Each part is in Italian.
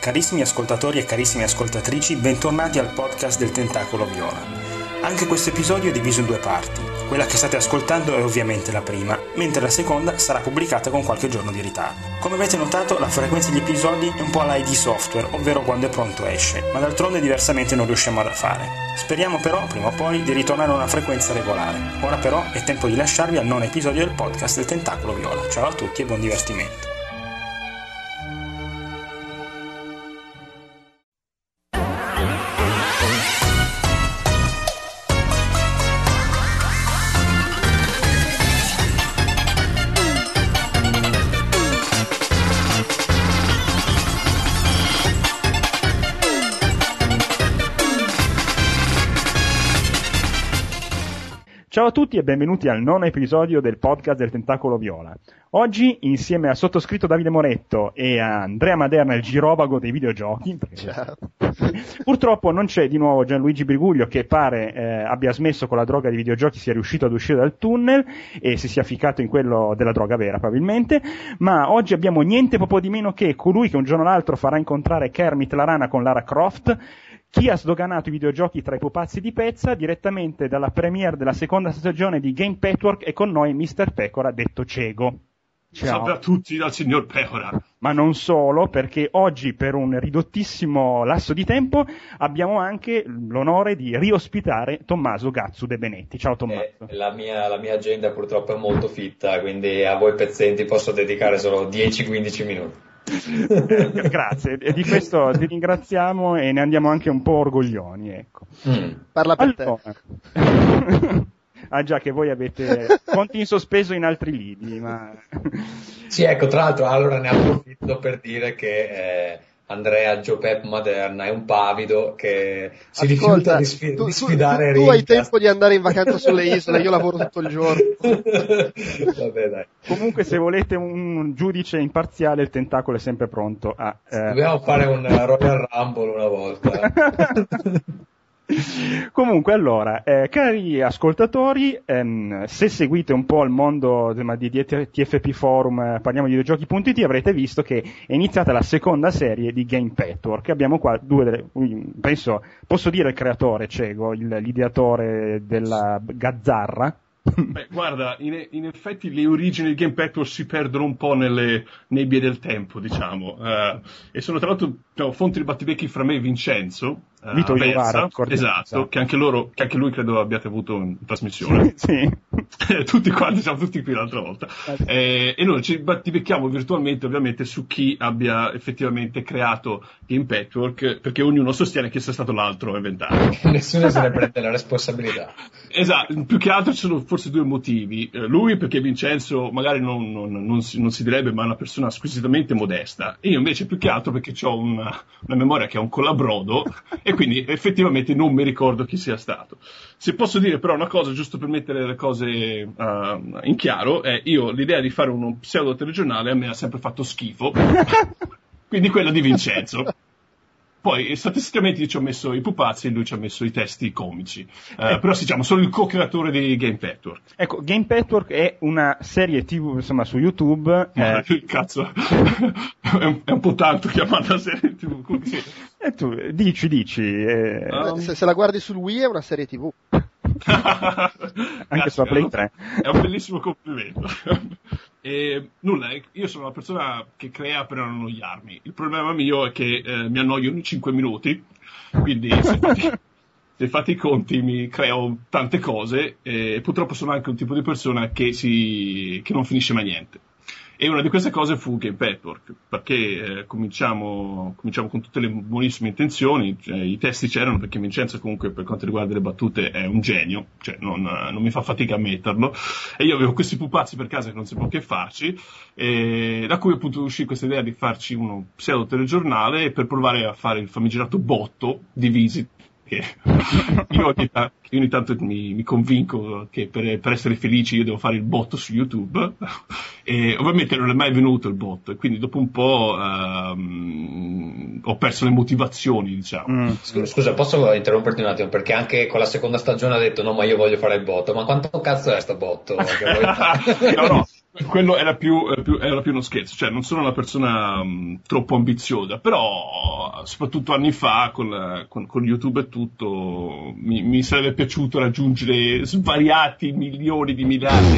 Carissimi ascoltatori e carissime ascoltatrici, bentornati al podcast del Tentacolo Viola. Anche questo episodio è diviso in due parti. Quella che state ascoltando è ovviamente la prima, mentre la seconda sarà pubblicata con qualche giorno di ritardo. Come avete notato, la frequenza degli episodi è un po' alla ID Software, ovvero quando è pronto esce, ma d'altronde diversamente non riusciamo a fare. Speriamo però, prima o poi, di ritornare a una frequenza regolare. Ora però è tempo di lasciarvi al nono episodio del podcast del Tentacolo Viola. Ciao a tutti e buon divertimento. Ciao a tutti e benvenuti al nono episodio del podcast del Tentacolo Viola. Oggi, insieme al sottoscritto Davide Moretto e a Andrea Maderna, il girovago dei videogiochi, purtroppo non c'è di nuovo Gianluigi Briguglio, che pare abbia smesso con la droga dei videogiochi, sia riuscito ad uscire dal tunnel e si sia ficcato in quello della droga vera probabilmente, ma oggi abbiamo niente po' di meno che colui che un giorno o l'altro farà incontrare Kermit la rana con Lara Croft, chi ha sdoganato i videogiochi tra i pupazzi di Pezza, direttamente dalla premiere della seconda stagione di Game Petwork, e con noi Mr. Pecora, detto Cego. Ciao. Salve a tutti dal signor Pecora. Ma non solo, perché oggi, per un ridottissimo lasso di tempo, abbiamo anche l'onore di riospitare Tommaso Gazzu De Benetti. Ciao Tommaso. La mia agenda purtroppo è molto fitta, quindi a voi pezzenti posso dedicare solo 10-15 minuti. Grazie, e di questo ti ringraziamo e ne andiamo anche un po' orgoglioni, ecco. Parla per te. Ah già, che voi avete conti in sospeso in altri lidi, ma... Sì, ecco, tra l'altro allora ne approfitto per dire che Andrea Giopep Maderna è un pavido che si rifiuta di sfidare tu hai tempo di andare in vacanza sulle isole, io lavoro tutto il giorno. Vabbè, dai. Comunque, se volete un giudice imparziale, il Tentacolo è sempre pronto a... Dobbiamo fare un Royal Rumble una volta. Comunque, allora, cari ascoltatori, se seguite un po' il mondo di TFP Forum, parliamo di videogiochi.it, avrete visto che è iniziata la seconda serie di Game Petwork. Abbiamo qua penso, posso dire il creatore, Cego, l'ideatore della Gazzarra. Beh, guarda, in effetti le origini di Game Petwork si perdono un po' nelle nebbie del tempo, diciamo, e sono tra l'altro fonti di battibecchi fra me e Vincenzo, Vito Versa, esatto, che anche lui credo abbiate avuto in trasmissione. Sì. Tutti quanti, siamo tutti qui l'altra volta. E noi ci battibecchiamo virtualmente, ovviamente, su chi abbia effettivamente creato Game Petwork, perché ognuno sostiene che sia stato l'altro a inventarlo. Nessuno se ne prende la responsabilità. Esatto, più che altro ci sono forse due motivi. Lui perché Vincenzo magari non si direbbe, ma è una persona squisitamente modesta, e io invece più che altro perché ho una memoria che è un colabrodo e quindi effettivamente non mi ricordo chi sia stato. Se posso dire però una cosa, giusto per mettere le cose in chiaro, l'idea di fare uno pseudo telegiornale a me ha sempre fatto schifo, quindi quella di Vincenzo. Poi statisticamente io ci ho messo i pupazzi e lui ci ha messo i testi comici. Però diciamo, sono il co-creatore di Game Petwork. Ecco, Game Petwork è una serie TV, insomma, su YouTube. Cazzo, è un po' tanto chiamata serie TV. Sì. E tu, dici. Se la guardi sul Wii è una serie TV. Anche sulla Play 3. È un bellissimo complimento. E nulla, io sono una persona che crea per non annoiarmi. Il problema mio è che mi annoio ogni 5 minuti, quindi se fate i conti mi creo tante cose, e purtroppo sono anche un tipo di persona che non finisce mai niente. E una di queste cose fu Game Petwork, perché cominciamo con tutte le buonissime intenzioni, cioè, i testi c'erano, perché Vincenzo comunque per quanto riguarda le battute è un genio, cioè non mi fa fatica a metterlo, e io avevo questi pupazzi per casa che non sapevo che farci, e da cui appunto uscì questa idea di farci uno pseudo telegiornale per provare a fare il famigerato botto di visite. Io ogni tanto mi convinco che per essere felici io devo fare il botto su YouTube, e ovviamente non è mai venuto il botto, e quindi dopo un po' ho perso le motivazioni, diciamo. Scusa, posso interromperti un attimo, perché anche con la seconda stagione ha detto no, ma io voglio fare il botto. Ma quanto cazzo è sto botto? No, quello era più uno scherzo, cioè non sono una persona troppo ambiziosa, però soprattutto anni fa con YouTube e tutto mi sarebbe piaciuto raggiungere svariati milioni di miliardi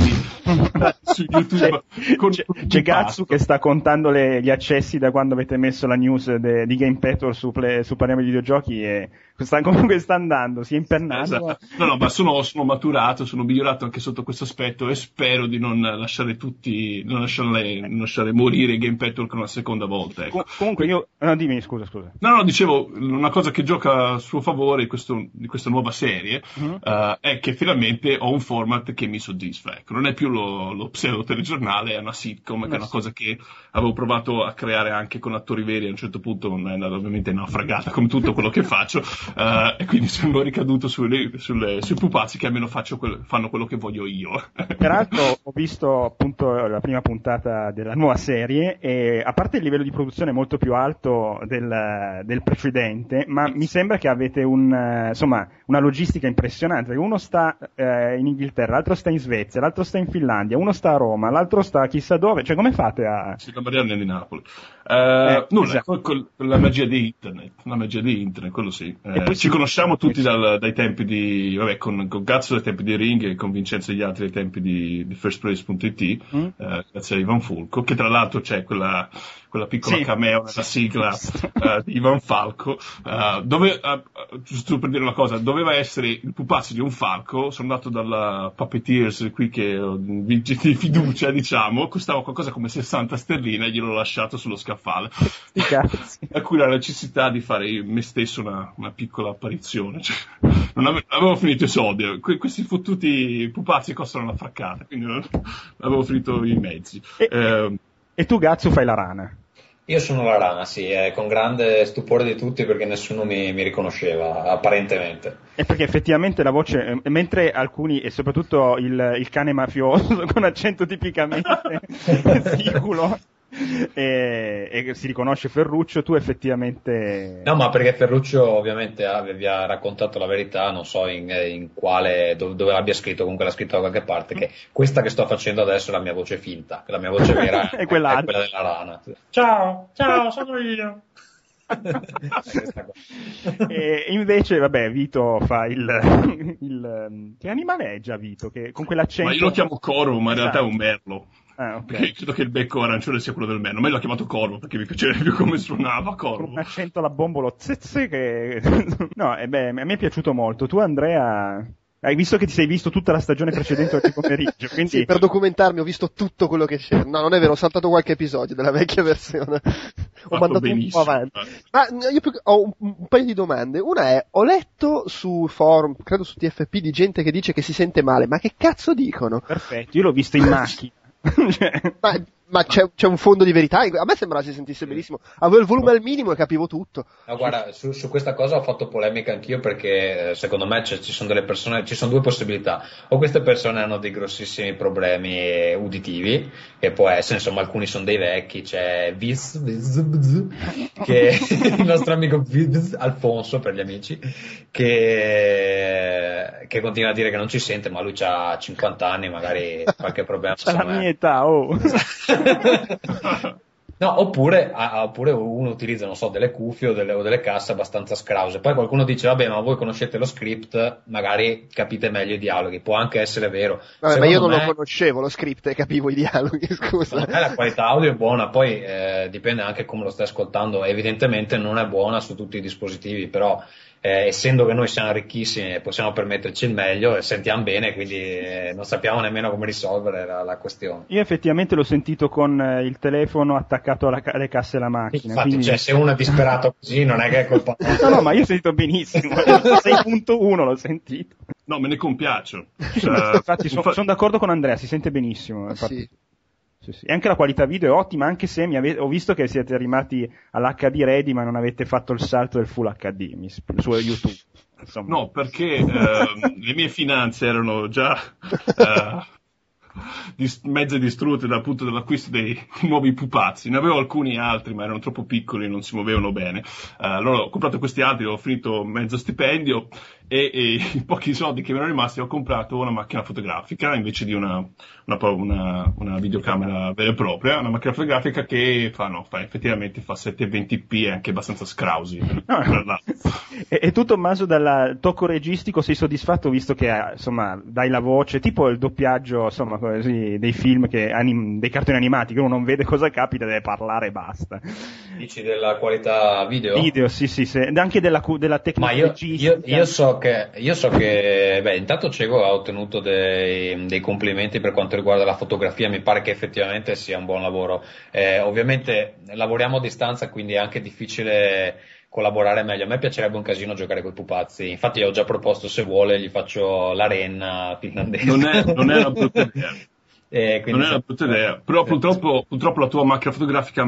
su YouTube. C'è Gatsu che sta contando gli accessi da quando avete messo la news di Game Petrol su Parliamo di Videogiochi, e comunque sta andando, si è impennato. Esatto. No, ma sono maturato, sono migliorato anche sotto questo aspetto, e spero di non lasciare non lasciare morire Game Petrol una seconda volta. Ecco. Comunque io... No, dimmi, scusa. No, dicevo, una cosa che gioca a suo favore di questa nuova serie è che finalmente ho un format che mi soddisfa. Ecco. Non è più lo pseudo telegiornale, è una sitcom, che è una cosa che avevo provato a creare anche con attori veri, a un certo punto non è andata ovviamente naufragata come tutto quello che faccio, e quindi sono ricaduto sui pupazzi che almeno fanno quello che voglio io. Peraltro ho visto appunto la prima puntata della nuova serie, e a parte il livello di produzione molto più alto del precedente, ma mi sembra che avete una logistica impressionante. Uno sta in Inghilterra, l'altro sta in Svezia, l'altro sta in Finlandia, uno sta a Roma, l'altro sta chissà dove, cioè come fate a... Sì, la Marianna è di Napoli. Nulla, esatto. con la magia di internet, quello sì. Ci conosciamo tutti dai tempi con Gazzo dai tempi di Ring, e con Vincenzo e gli altri dai tempi di firstplace.it, grazie a Ivan Fulco, che tra l'altro c'è quella piccola cameo nella sigla di Ivan Falco, dove, giusto per dire una cosa, doveva essere il pupazzo di un falco. Sono andato dalla Puppeteers qui, che ho di fiducia, diciamo, costava qualcosa come 60 sterline, e gliel'ho lasciato sullo scaffale, a cui la necessità di fare me stesso una piccola apparizione, cioè, non avevo finito i soldi, questi fottuti pupazzi costano una fraccata, quindi non avevo finito i mezzi. E tu, Gazzo, fai la rana? Io sono la rana, sì, con grande stupore di tutti, perché nessuno mi riconosceva, apparentemente. E perché effettivamente la voce, mentre alcuni, e soprattutto il cane mafioso con accento tipicamente siculo, e si riconosce Ferruccio, tu effettivamente... No, ma perché Ferruccio ovviamente vi ha raccontato la verità, non so in quale, dove l'abbia scritto, comunque l'ha scritto da qualche parte, che questa che sto facendo adesso è la mia voce finta, che la mia voce vera è quella della rana. Ciao, sono io. E invece, vabbè, Vito fa che animale è già Vito? Che con quell'accento... Ma io lo chiamo Corvo, ma in realtà è un merlo. Ah, okay. Perché credo che il becco arancione sia quello del merlo. Ma io l'ho chiamato Corvo perché mi piaceva più come suonava Corvo. Con un accento alla bombolo che... No, a me è piaciuto molto. Tu, Andrea, hai visto che ti sei visto tutta la stagione precedente oggi pomeriggio, quindi... Sì, per documentarmi ho visto tutto quello che c'era. No, non è vero, ho saltato qualche episodio della vecchia versione. Ho mandato benissimo. Un po' avanti. Ma io ho un paio di domande. Una è, ho letto su forum, credo su TFP, di gente che dice che si sente male. Ma che cazzo dicono? Perfetto, io l'ho visto in macchina. Ma c'è un fondo di verità? A me sembrava si sentisse benissimo. Avevo il volume al minimo e capivo tutto. No, guarda, su questa cosa ho fatto polemica anch'io, perché secondo me ci sono delle persone, ci sono due possibilità. O queste persone hanno dei grossissimi problemi uditivi, che può essere, insomma, alcuni sono dei vecchi, c'è Viz, che è il nostro amico Viz, Alfonso per gli amici, che continua a dire che non ci sente, ma lui ha 50 anni, magari qualche problema. C'ha la mia età, oh. No, oppure uno utilizza, non so, delle cuffie o delle casse abbastanza scrause. Poi qualcuno dice, vabbè, ma voi conoscete lo script, magari capite meglio i dialoghi. Può anche essere vero. Vabbè, ma io non lo conoscevo lo script e capivo i dialoghi, scusa. La qualità audio è buona, poi dipende anche come lo stai ascoltando. Evidentemente non è buona su tutti i dispositivi, però essendo che noi siamo ricchissimi e possiamo permetterci il meglio, sentiamo bene, quindi non sappiamo nemmeno come risolvere la questione. Io effettivamente l'ho sentito con il telefono attaccato alle casse della macchina. Infatti, quindi... cioè, se uno è disperato così non è che è colpa No, ma io ho sentito benissimo. 6.1 l'ho sentito. No, me ne compiaccio. Infatti sono d'accordo con Andrea, si sente benissimo. Sì. Sì. E anche la qualità video è ottima, anche se ho visto che siete arrivati all'HD ready, ma non avete fatto il salto del Full HD su YouTube. Insomma. No, perché le mie finanze erano già mezze distrutte dal punto dell'acquisto dei nuovi pupazzi. Ne avevo alcuni altri, ma erano troppo piccoli e non si muovevano bene. Allora ho comprato questi altri, ho finito mezzo stipendio e i pochi soldi che mi erano rimasti ho comprato una macchina fotografica invece di una videocamera vera e propria, una macchina fotografica che effettivamente fa 720p e anche abbastanza scrausi. E tu Tommaso dal tocco registico sei soddisfatto, visto che insomma dai la voce, tipo il doppiaggio insomma così, dei film dei cartoni animati che uno non vede cosa capita, deve parlare e basta. Dici della qualità video? Video, sì, anche della tecnica. Ma io so che intanto Cego ha ottenuto dei complimenti per quanto riguarda la fotografia, mi pare che effettivamente sia un buon lavoro. Ovviamente lavoriamo a distanza, quindi è anche difficile collaborare meglio. A me piacerebbe un casino giocare coi pupazzi, infatti ho già proposto, se vuole gli faccio l'arena finlandese. Non è una brutta idea. Non è una brutta idea, però purtroppo la tua macchina fotografica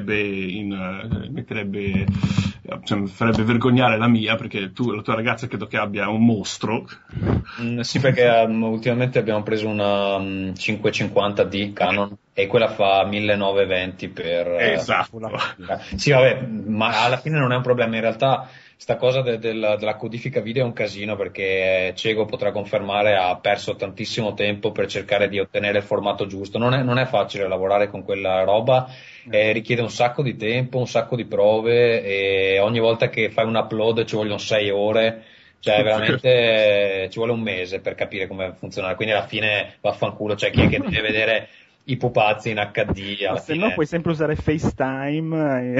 farebbe vergognare la mia, perché la tua ragazza credo che abbia un mostro. Sì, perché ultimamente abbiamo preso una 550D Canon e quella fa 1920 per... Esatto. Sì, vabbè, ma alla fine non è un problema, in realtà sta cosa della codifica video è un casino, perché Cego potrà confermare, ha perso tantissimo tempo per cercare di ottenere il formato giusto. Non è facile lavorare con quella roba, richiede un sacco di tempo, un sacco di prove, e ogni volta che fai un upload ci vogliono 6 ore, cioè veramente ci vuole un mese per capire come funzionare, quindi alla fine vaffanculo, c'è chi è che deve vedere i pupazzi in HD alla se fine. no puoi sempre usare FaceTime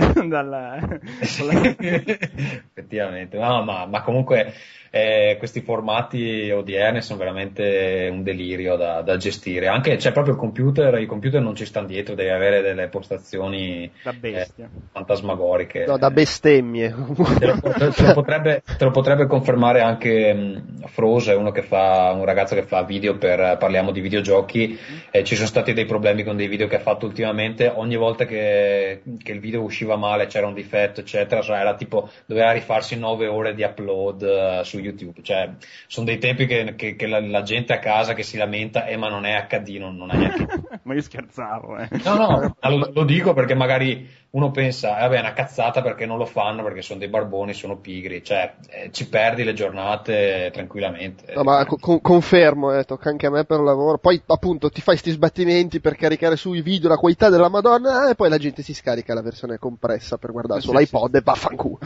effettivamente, no, ma comunque questi formati odierni sono veramente un delirio da gestire, anche c'è proprio i computer non ci stanno dietro, devi avere delle postazioni da bestia, fantasmagoriche, no, da bestemmie. Te lo potrebbe confermare anche Froze, un ragazzo che fa video parliamo di videogiochi, ci sono stati dei problemi con dei video che ha fatto ultimamente, ogni volta che il video usciva male c'era un difetto eccetera, cioè era tipo, doveva rifarsi 9 ore di upload su YouTube, cioè sono dei tempi che la gente a casa che si lamenta, ma non è HD, non è neanche... Ma io scherzavo, No, lo dico perché magari uno pensa, vabbè, è una cazzata perché non lo fanno, perché sono dei barboni, sono pigri, cioè ci perdi le giornate tranquillamente. No, ma confermo, tocca anche a me per lavoro, poi appunto ti fai sti sbattimenti per caricare su i video, la qualità della Madonna, e poi la gente si scarica la versione compressa per guardare sull'iPod e vaffanculo.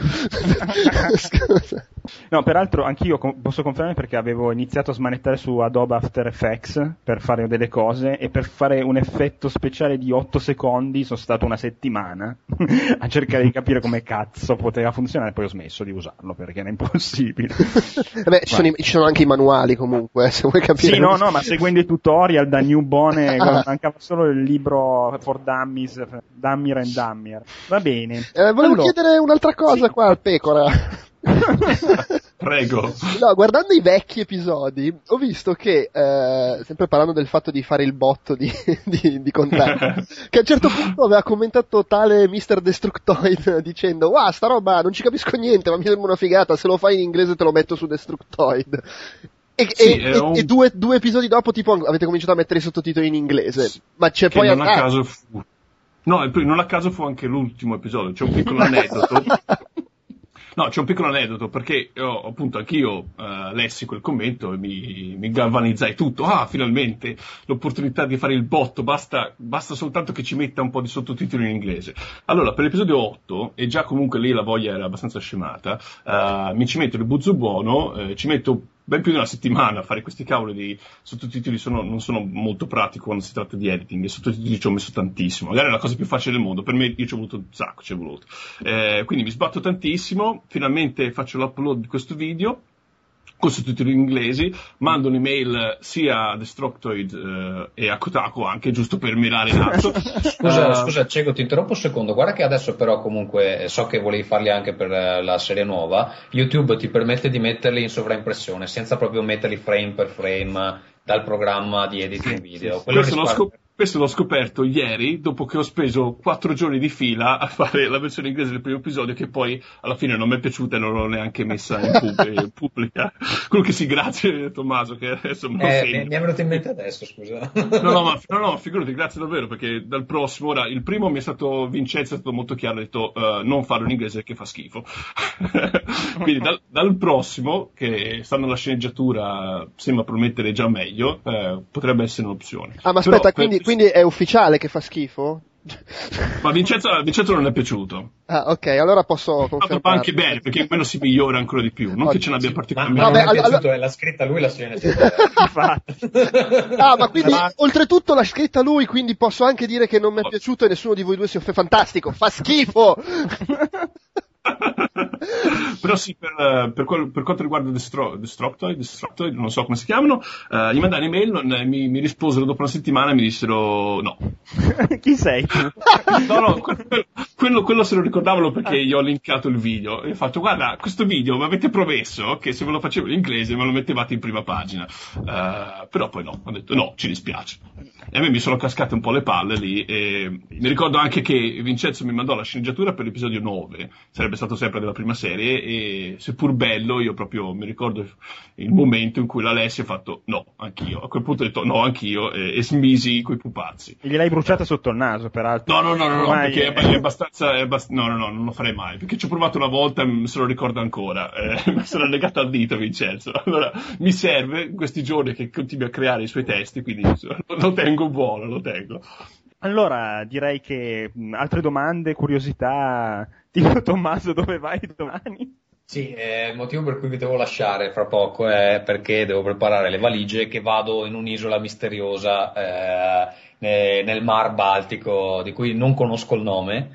No, peraltro anch'io posso confermare, perché avevo iniziato a smanettare su Adobe After Effects per fare delle cose, e per fare un effetto speciale di 8 secondi sono stato una settimana a cercare di capire come cazzo poteva funzionare, poi ho smesso di usarlo perché era impossibile. Beh, ci sono anche i manuali comunque, se vuoi capire. Sì, no, ma seguendo i tutorial da newbone mancava solo il libro for Dummies, Dummier and Dummier. Va bene. Volevo chiedere un'altra cosa qua al Pecora. Prego. No, guardando i vecchi episodi ho visto che, sempre parlando del fatto di fare il botto di contatto, che a un certo punto aveva commentato tale Mr. Destructoid dicendo: wow, sta roba non ci capisco niente, ma mi sembra una figata, se lo fai in inglese te lo metto su Destructoid. E due episodi dopo tipo avete cominciato a mettere i sottotitoli in inglese, ma c'è che poi non a caso non a caso fu anche l'ultimo episodio, c'è un piccolo aneddoto. No, c'è un piccolo aneddoto, perché appunto anch'io lessi quel commento e mi galvanizzai tutto. Finalmente l'opportunità di fare il botto, basta soltanto che ci metta un po' di sottotitoli in inglese. Allora, per l'episodio 8, e già comunque lì la voglia era abbastanza scemata, mi ci metto il buzzo buono, ci metto ben più di una settimana a fare questi cavoli di sottotitoli, non sono molto pratico quando si tratta di editing, e sottotitoli ci ho messo tantissimo, magari è la cosa più facile del mondo, per me io ci ho voluto un sacco, quindi mi sbatto tantissimo, finalmente faccio l'upload di questo video con sottotitoli inglesi, mando un'email sia a Destructoid e a Kotaku anche, giusto per mirare in alto. Scusa Cego, ti interrompo un secondo, guarda che adesso però comunque so che volevi farli anche per la serie nuova, YouTube ti permette di metterli in sovraimpressione senza proprio metterli frame per frame dal programma di editing video. Questo Questo l'ho scoperto ieri, dopo che ho speso 4 giorni di fila a fare la versione inglese del primo episodio, che poi alla fine non mi è piaciuta e non l'ho neanche messa in pubblica. Quello che grazie Tommaso, che adesso me lo segno. Mi è venuto in mente adesso, scusa. No, figurati, grazie davvero, perché dal prossimo, ora, il primo Vincenzo è stato molto chiaro, ha detto non farlo in inglese che fa schifo. Quindi dal prossimo, che stando alla sceneggiatura sembra promettere già meglio, potrebbe essere un'opzione. Ah, ma aspetta, quindi è ufficiale che fa schifo? Ma Vincenzo non è piaciuto. Ah, ok, allora posso confermare. Va anche bene, perché almeno si migliora ancora di più. Non che ce n'abbia particolarmente. Ma non è piaciuto, l'ha scritta lui la sceneggiatura. Ah, ma quindi oltretutto l'ha scritta lui, quindi posso anche dire che non mi è piaciuto e nessuno di voi due si offende. Fantastico, fa schifo! Però sì, per quanto riguarda Destructoid, non so come si chiamano, gli mandai un'email, mi risposero dopo una settimana e mi dissero no. Chi sei tu? No, quello se lo ricordavano perché gli ho linkato il video e ho fatto guarda, questo video mi avete promesso che se ve lo facevo in inglese me lo mettevate in prima pagina, però poi no, ho detto no, ci dispiace. E a me mi sono cascate un po' le palle lì e mi ricordo anche che Vincenzo mi mandò la sceneggiatura per l'episodio 9, sarebbe stato sempre della prima serie, e seppur bello io proprio mi ricordo il momento in cui l'Alessia ha fatto no, anch'io, a quel punto ho detto no, anch'io, e smisi coi pupazzi. E gliel'hai bruciata sotto il naso, peraltro. No, perché è abbastanza, no, non lo farei mai, perché ci ho provato una volta e se lo ricordo ancora, mi sono legato al dito Vincenzo, allora mi serve in questi giorni che continui a creare i suoi testi, quindi lo tengo buono, lo tengo. Allora, direi che altre domande, curiosità, tipo Tommaso, dove vai domani? Sì, il motivo per cui vi devo lasciare fra poco è perché devo preparare le valigie, che vado in un'isola misteriosa nel Mar Baltico, di cui non conosco il nome,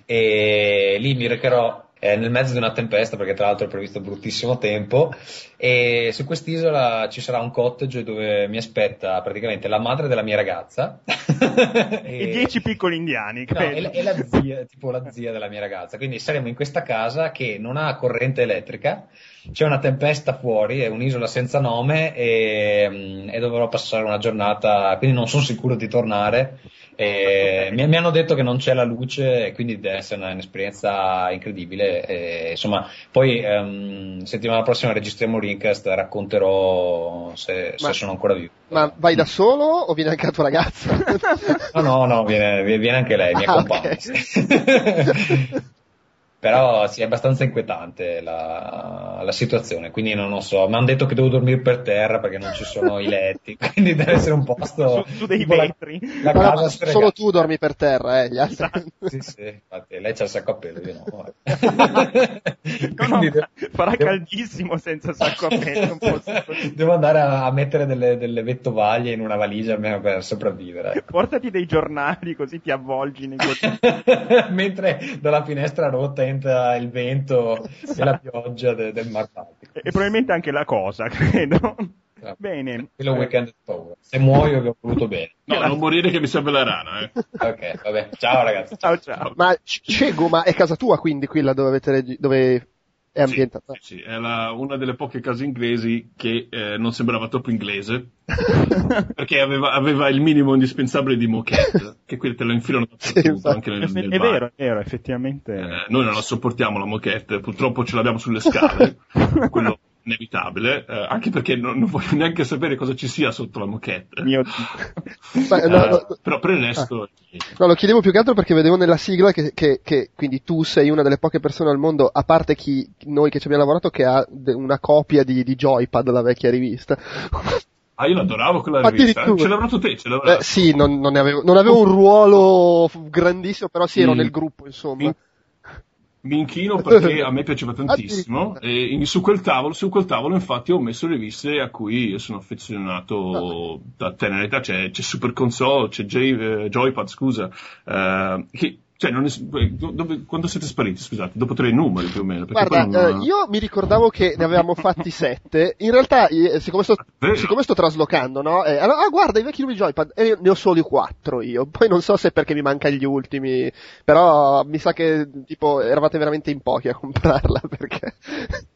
e lì mi recherò nel mezzo di una tempesta, perché tra l'altro è previsto bruttissimo tempo, e su quest'isola ci sarà un cottage dove mi aspetta praticamente la madre della mia ragazza e 10 piccoli indiani, credo. No, e la zia, tipo la zia della mia ragazza, quindi saremo in questa casa che non ha corrente elettrica, c'è una tempesta fuori, è un'isola senza nome e dovrò passare una giornata, quindi non sono sicuro di tornare. Mi hanno detto che non c'è la luce, quindi deve essere un'esperienza incredibile. Poi settimana prossima registriamo Rincast, racconterò se sono ancora vivo. Ma vai da solo o viene anche la tua ragazza? No, viene anche lei, mi accompagna. Okay. Però sì, è abbastanza inquietante la situazione, quindi non lo so. Mi hanno detto che devo dormire per terra perché non ci sono i letti, quindi deve essere un posto su dei vetri. La casa solo tu dormi per terra, gli altri. Sì, infatti lei c'ha il sacco a pelo, io no. Farà caldissimo senza sacco a pelo. Devo andare a mettere delle vettovaglie in una valigia almeno per sopravvivere. Portati dei giornali così ti avvolgi nei mentre dalla finestra rotta entra il vento e la pioggia del Mar Baltico. E probabilmente anche la cosa, credo. Bene. Quello weekend di paura. Se muoio che ho voluto bene. No, non morire che mi serve la rana, Ok, vabbè. Ciao ragazzi. Ciao. Ma Cego, ma è casa tua quindi quella dove è ambientata? Sì, è una delle poche case inglesi che non sembrava troppo inglese, perché aveva il minimo indispensabile di moquette, che qui te lo infilano dappertutto, anche nel bar. È vero, effettivamente. Noi non la sopportiamo la moquette, purtroppo ce l'abbiamo sulle scale, quello inevitabile, anche perché non voglio neanche sapere cosa ci sia sotto la moquette. Mio però per il resto... No, lo chiedevo più che altro perché vedevo nella sigla che quindi tu sei una delle poche persone al mondo, a parte noi che ci abbiamo lavorato, che ha una copia di Joypad, la vecchia rivista. Ah, io l'adoravo quella rivista. Ce l'avrò tu te, sì, non avevo un ruolo grandissimo, però sì, ero nel gruppo, insomma. Mi inchino perché a me piaceva tantissimo e su quel tavolo infatti ho messo riviste a cui io sono affezionato da tenera età. C'è Super Console, c'è Joypad, scusa, che cioè quando siete spariti, scusate, dopo 3 numeri più o meno. Guarda, io mi ricordavo che ne avevamo fatti 7. In realtà, siccome sto traslocando, no? Guarda, i vecchi numeri Joypad, ne ho solo 4 io. Poi non so se è perché mi mancano gli ultimi, però mi sa che tipo eravate veramente in pochi a comprarla, perché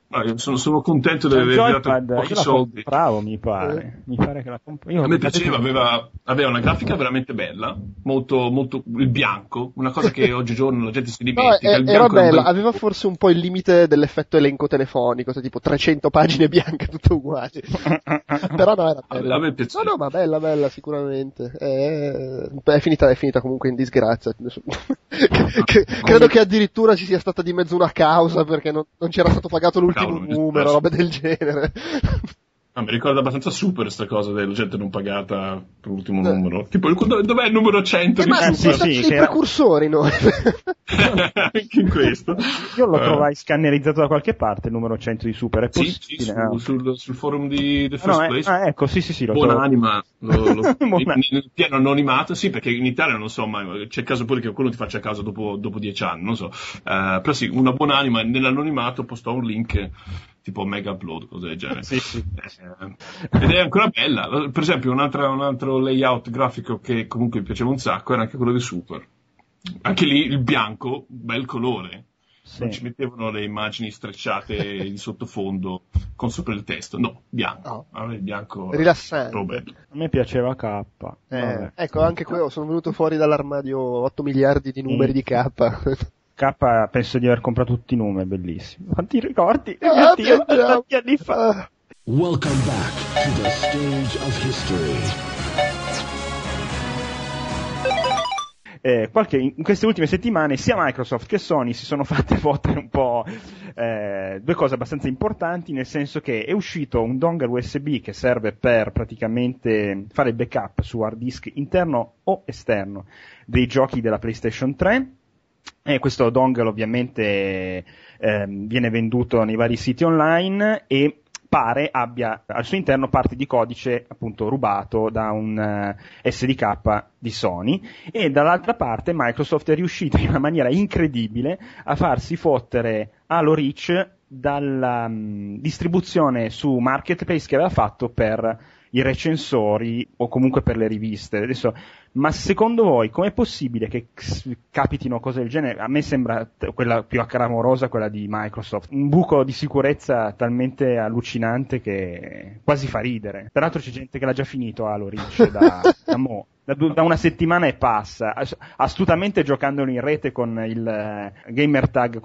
Io sono contento di aver dato pochi soldi. Bravo, mi pare che la a me piaceva, aveva una grafica veramente bella, molto, molto il bianco, una cosa che oggigiorno la gente si dimentica. Era bella, aveva forse un po' il limite dell'effetto elenco telefonico, cioè tipo 300 pagine bianche tutte uguali. Però no, era bella. A me piaceva. No, ma bella sicuramente. È finita comunque in disgrazia. Credo che addirittura ci sia stata di mezzo una causa perché non c'era stato pagato l'ultimo numero, robe del genere. Mi ricorda abbastanza Super questa cosa della gente non pagata per l'ultimo numero. Tipo, dov'è il numero 100 di Super? Siamo stati dei precursori noi. Anche in questo. Io lo trovai scannerizzato da qualche parte il numero 100 di Super, è possibile? Sul forum di The First Place. Ecco, sì, lo Buonanima, in pieno anonimato, sì, perché in Italia non so, ma c'è caso pure che qualcuno ti faccia caso dopo 10 anni, non so. Però sì, una buonanima nell'anonimato postò un link tipo mega upload, cose del genere. Sì. Ed è ancora bella. Per esempio, un altro layout grafico che comunque mi piaceva un sacco era anche quello di Super. Anche lì il bianco, bel colore. Sì. Non ci mettevano le immagini strecciate di sottofondo con sopra il testo. No, bianco. Allora il bianco rilassante. A me piaceva K. Ecco, anche quello, sono venuto fuori dall'armadio 8 miliardi di numeri di K. K penso di aver comprato tutti i numeri, bellissimi. Quanti ricordi? Tanti anni fa. Welcome back to the stage of history. In queste ultime settimane sia Microsoft che Sony si sono fatte fottere un po' due cose abbastanza importanti, nel senso che è uscito un dongle USB che serve per praticamente fare il backup su hard disk interno o esterno dei giochi della PlayStation 3. E questo dongle ovviamente viene venduto nei vari siti online e pare abbia al suo interno parti di codice appunto rubato da un SDK di Sony, e dall'altra parte Microsoft è riuscita in una maniera incredibile a farsi fottere Halo Reach dalla distribuzione su Marketplace che aveva fatto per i recensori o comunque per le riviste. Adesso, ma secondo voi com'è possibile che capitino cose del genere? A me sembra quella più clamorosa, quella di Microsoft, un buco di sicurezza talmente allucinante che quasi fa ridere. Peraltro c'è gente che l'ha già finito Halo Reach da una settimana e passa, astutamente giocandolo in rete con il gamer tag.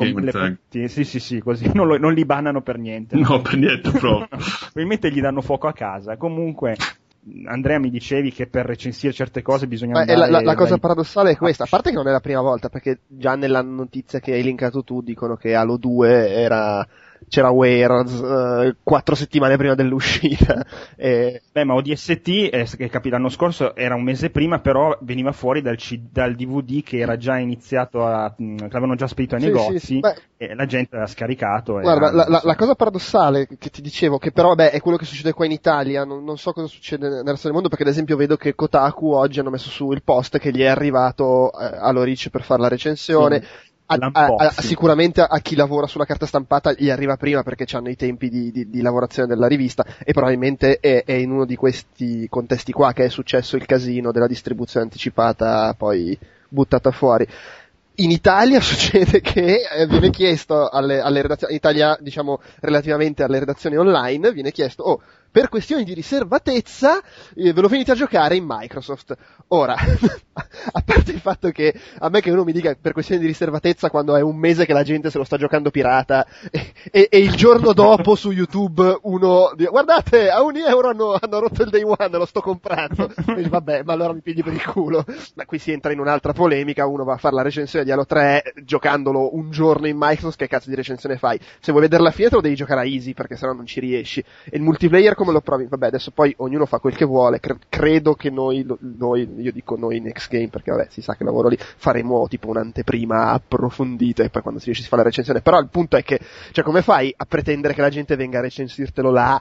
Sì, così non li bannano per niente. No, per niente proprio. Probabilmente gli danno fuoco a casa. Comunque, Andrea, mi dicevi che per recensire certe cose bisogna andare... La cosa paradossale è questa, a parte che non è la prima volta, perché già nella notizia che hai linkato tu dicono che Halo 2 c'era Warehouse 4 settimane prima dell'uscita. Ma ODST che capì l'anno scorso era un mese prima, però veniva fuori dal DVD che era già iniziato che l'avevano già spedito ai negozi. Sì. E la gente l'ha scaricato. Guarda, la cosa paradossale che ti dicevo, che però è quello che succede qua in Italia, non so cosa succede nel resto del mondo, perché ad esempio vedo che Kotaku oggi hanno messo su il post che gli è arrivato Halo Reach per fare la recensione. Sì. Sicuramente a chi lavora sulla carta stampata gli arriva prima perché hanno i tempi di lavorazione della rivista, e probabilmente è in uno di questi contesti qua che è successo il casino della distribuzione anticipata poi buttata fuori. In Italia succede che viene chiesto alle redazioni, in Italia diciamo relativamente alle redazioni online, viene chiesto per questioni di riservatezza ve lo finite a giocare in Microsoft. Ora, a parte il fatto che a me che uno mi dica per questioni di riservatezza quando è un mese che la gente se lo sta giocando pirata e il giorno dopo su YouTube uno dice guardate a €1 hanno rotto il day one, lo sto comprando. E vabbè, ma allora mi pigli per il culo. Ma qui si entra in un'altra polemica, uno va a fare la recensione di Halo 3 giocandolo un giorno in Microsoft, che cazzo di recensione fai? Se vuoi vederla fine te lo devi giocare a easy perché sennò non ci riesci. E il multiplayer come lo provi? Vabbè, adesso poi ognuno fa quel che vuole. Credo che noi, io dico noi Next Game perché vabbè si sa che lavoro lì, faremo tipo un'anteprima approfondita e poi quando si riesce si fa la recensione. Però il punto è che, cioè, come fai a pretendere che la gente venga a recensirtelo là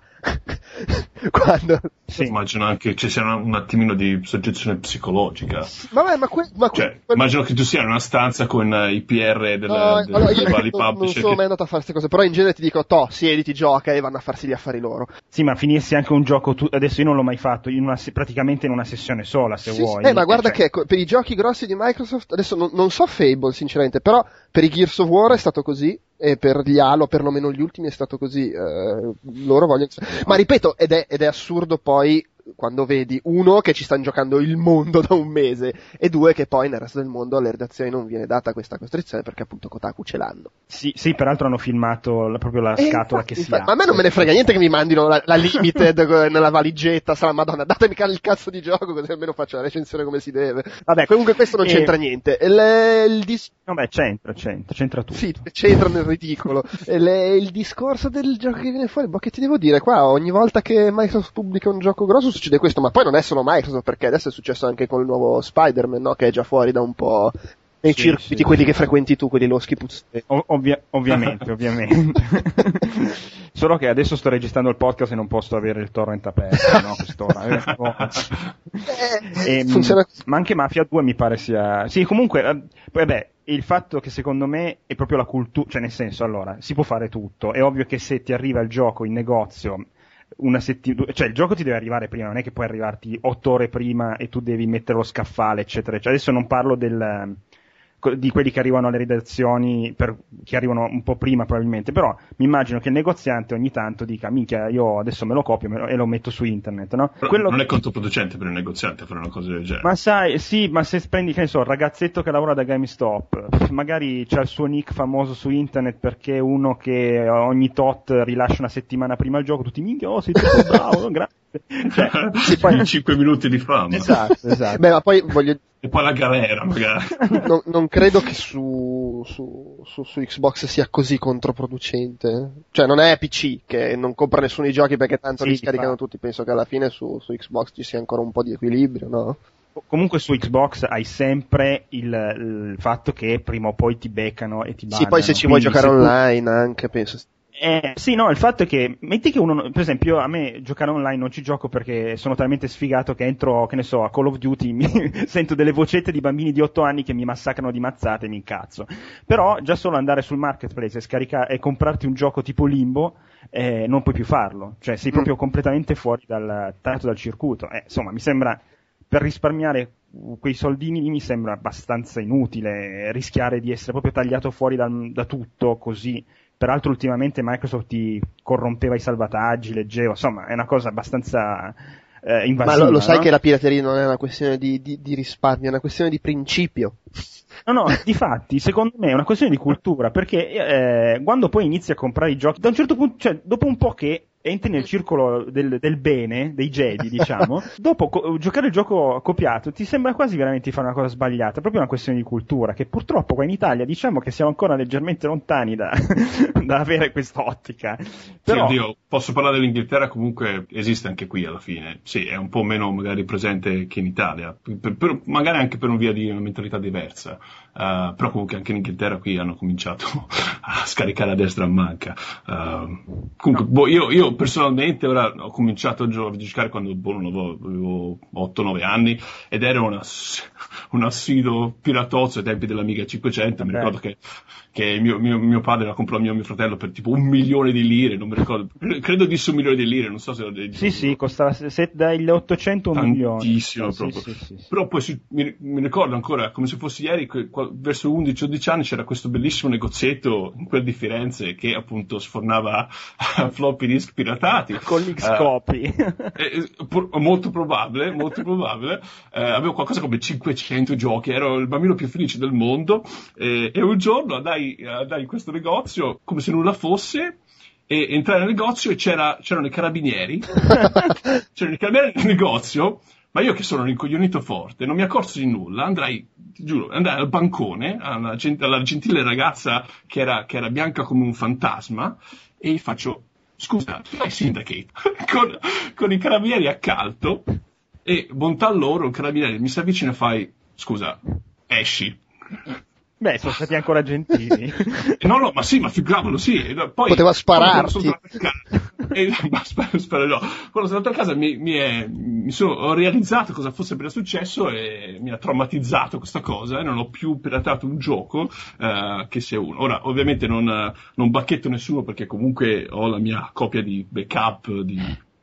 quando... Sì. Immagino anche ci sia un attimino di soggezione psicologica. Immagino che tu sia in una stanza con i PR delle vari pub. Non sono mai andato a fare queste cose, però in genere ti dico siediti, gioca e vanno a farsi gli affari loro. Sì, ma finirsi anche un gioco adesso io non l'ho mai fatto praticamente in una sessione sola, se vuoi. Ma guarda che per i giochi grossi di Microsoft adesso non so Fable sinceramente, però per i Gears of War è stato così, e per gli Halo, perlomeno gli ultimi, è stato così. Loro vogliono... Ma ripeto, ed è assurdo poi quando vedi uno che ci stanno giocando il mondo da un mese e due che poi nel resto del mondo alle redazioni non viene data questa costrizione perché appunto Kotaku ce l'hanno. Sì, peraltro hanno filmato proprio la scatola infatti, che si apre. Ma a me non me ne frega niente che mi mandino la Limited nella valigetta, sarà madonna, datemi il cazzo di gioco così almeno faccio la recensione come si deve. Vabbè, comunque questo non c'entra niente. Vabbè, c'entra tutto. Sì, c'entra nel ridicolo. Il discorso del gioco che viene fuori, che ti devo dire, qua ogni volta che Microsoft pubblica un gioco grosso succede questo, ma poi non è solo Microsoft, perché adesso è successo anche con il nuovo Spider-Man, no? Che è già fuori da un po' nei circuiti, quelli che frequenti tu, quelli loschi puzzetti. Ovviamente. Solo che adesso sto registrando il podcast e non posso avere il torrent aperto, no? Quest'ora. Funziona. Ma anche Mafia 2 mi pare sia... Sì, comunque, vabbè, il fatto che secondo me è proprio la cultura, cioè nel senso, allora, si può fare tutto. È ovvio che se ti arriva il gioco in negozio una settimana, cioè il gioco ti deve arrivare prima, non è che puoi arrivarti 8 ore prima e tu devi mettere lo scaffale, eccetera. Cioè adesso non parlo di quelli che arrivano alle redazioni, che arrivano un po' prima probabilmente, però mi immagino che il negoziante ogni tanto dica minchia, io adesso me lo copio e lo metto su internet, no? Non è controproducente per il negoziante fare una cosa del genere. Ma sai, sì, ma se prendi, che ne so, il ragazzetto che lavora da GameStop, magari c'ha il suo nick famoso su internet perché è uno che ogni tot rilascia una settimana prima il gioco, tutti minchia, sei troppo bravo, grazie. Cioè, poi 5 minuti di fama. Esatto. Beh, ma poi e poi la galera magari. Non credo che su Xbox sia così controproducente. Cioè non è PC che non compra nessuno i giochi perché tanto li scaricano tutti. Penso che alla fine su Xbox ci sia ancora un po' di equilibrio, no? Comunque su Xbox hai sempre il fatto che prima o poi ti beccano e ti bannano. Sì, poi se ci vuoi giocare online anche, penso. Sì, no, il fatto è che, metti che uno, per esempio, a me giocare online non ci gioco perché sono talmente sfigato che entro, che ne so, a Call of Duty, sento delle vocette di bambini di 8 anni che mi massacrano di mazzate e mi incazzo. Però già solo andare sul marketplace e comprarti un gioco tipo Limbo, non puoi più farlo. Cioè sei proprio completamente fuori tagliato dal circuito. Insomma, mi sembra, per risparmiare quei soldini mi sembra abbastanza inutile rischiare di essere proprio tagliato fuori da tutto così. Peraltro ultimamente Microsoft ti corrompeva i salvataggi, leggevo, insomma è una cosa abbastanza invasiva. Ma lo sai, no? Che la pirateria non è una questione di risparmio, è una questione di principio. No, difatti, secondo me è una questione di cultura, perché quando poi inizi a comprare i giochi, da un certo punto, cioè dopo un po' che entri nel circolo del bene, dei Jedi, diciamo, dopo giocare il gioco copiato ti sembra quasi veramente di fare una cosa sbagliata, è proprio una questione di cultura, che purtroppo qua in Italia diciamo che siamo ancora leggermente lontani da avere quest'ottica. Però... Sì, oddio, posso parlare dell'Inghilterra, comunque esiste anche qui alla fine, sì, è un po' meno magari presente che in Italia, magari anche per un via di una mentalità diversa. Però comunque anche in Inghilterra qui hanno cominciato a scaricare a destra a manca. Comunque, io personalmente ora ho cominciato a giocare quando avevo 8-9 anni ed ero un assiduo piratozzo ai tempi dell'Amiga 500. Mi ricordo che mio padre la comprò a mio fratello per tipo 1 milione di lire, non mi ricordo, credo disse 1 milione di lire, non so se sì, costava dagli 800 a 1 milione. Tantissimo proprio. Sì. Però poi mi ricordo ancora come se fosse ieri che verso 11-12 anni c'era questo bellissimo negozietto in quel di Firenze che appunto sfornava floppy disk piratati con l'X-Copy. Molto probabile. Avevo qualcosa come 500 giochi, ero il bambino più felice del mondo e un giorno andai in questo negozio come se nulla fosse e entrai nel negozio e c'erano i carabinieri nel negozio. Ma io che sono rincoglionito forte, non mi accorsi di nulla, andai al bancone, alla gentile ragazza che era bianca come un fantasma, e gli faccio, scusa, tu fai Syndicate? con i carabinieri accanto, e bontà loro, il carabiniere mi si avvicina e fai, scusa, esci. Beh, sono stati ancora gentili. No, ma figuravolo, sì. Poi, poteva spararti. Spero no. Quando sono andato a casa ho realizzato cosa fosse appena successo e mi ha traumatizzato questa cosa e non ho più piratato un gioco che sia uno. Ora, ovviamente non bacchetto nessuno perché comunque ho la mia copia di backup di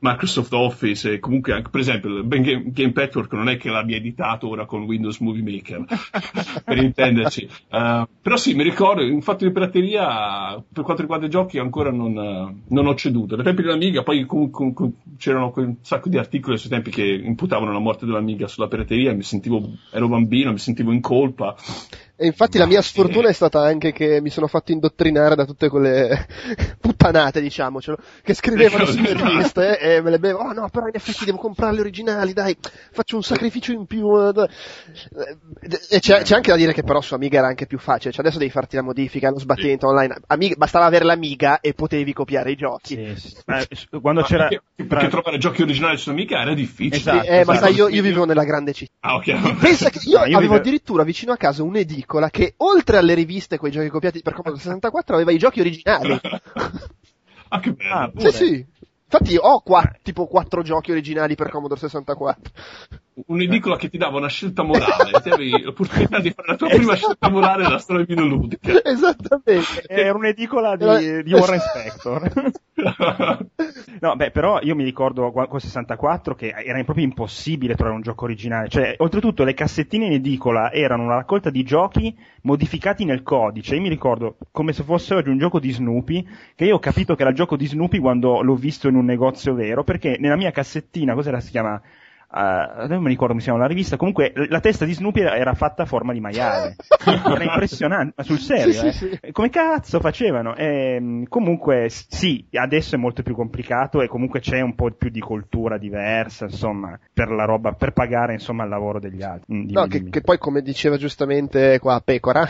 Microsoft Office e comunque anche, per esempio, il Game Patchwork non è che l'abbia editato ora con Windows Movie Maker, per intenderci. Però sì, mi ricordo, in fatto di pirateria, per quanto riguarda i giochi, ancora non ho ceduto. Ai tempi dell'Amiga, poi comunque c'erano un sacco di articoli sui tempi che imputavano la morte dell'Amiga sulla pirateria, ero bambino, mi sentivo in colpa. E infatti la mia sfortuna è stata anche che mi sono fatto indottrinare da tutte quelle puttanate, diciamocelo, che scrivevano sulle riviste e me le bevo. Oh no, però in effetti devo comprare le originali, dai, faccio un sacrificio in più. E c'è anche da dire che però su Amiga era anche più facile, cioè adesso devi farti la modifica, lo sbattimento online. Amiga, bastava avere l'Amiga e potevi copiare i giochi. Sì. Quando c'era... Perché trovare giochi originali su Amiga era difficile. Esatto. Ma sai, io vivevo nella grande città. Ah, ok. Pensa che io avevo addirittura vicino a casa un'edicola che oltre alle riviste con i giochi copiati per Commodore 64 aveva i giochi originali. Ah, che bello. Sì. Infatti ho tipo 4 giochi originali per Commodore 64. Un'edicola che ti dava una scelta morale, ti avevi l'opportunità di fare la tua prima scelta morale nella storia videoludica. Esattamente. Era un'edicola di Warren Spector. No, però io mi ricordo con 64 che era proprio impossibile trovare un gioco originale. Cioè, oltretutto le cassettine in edicola erano una raccolta di giochi modificati nel codice. Io mi ricordo come se fosse oggi un gioco di Snoopy, che io ho capito che era il gioco di Snoopy quando l'ho visto in un negozio vero, perché nella mia cassettina, cos'era si chiama? Non mi ricordo come si chiama la rivista, comunque la testa di Snoopy era fatta a forma di maiale. Era impressionante, ma sul serio, sì. Come cazzo facevano? Comunque sì, adesso è molto più complicato e comunque c'è un po' più di cultura diversa, insomma, per la roba, per pagare insomma il lavoro degli altri. No, che poi come diceva giustamente qua Pecora,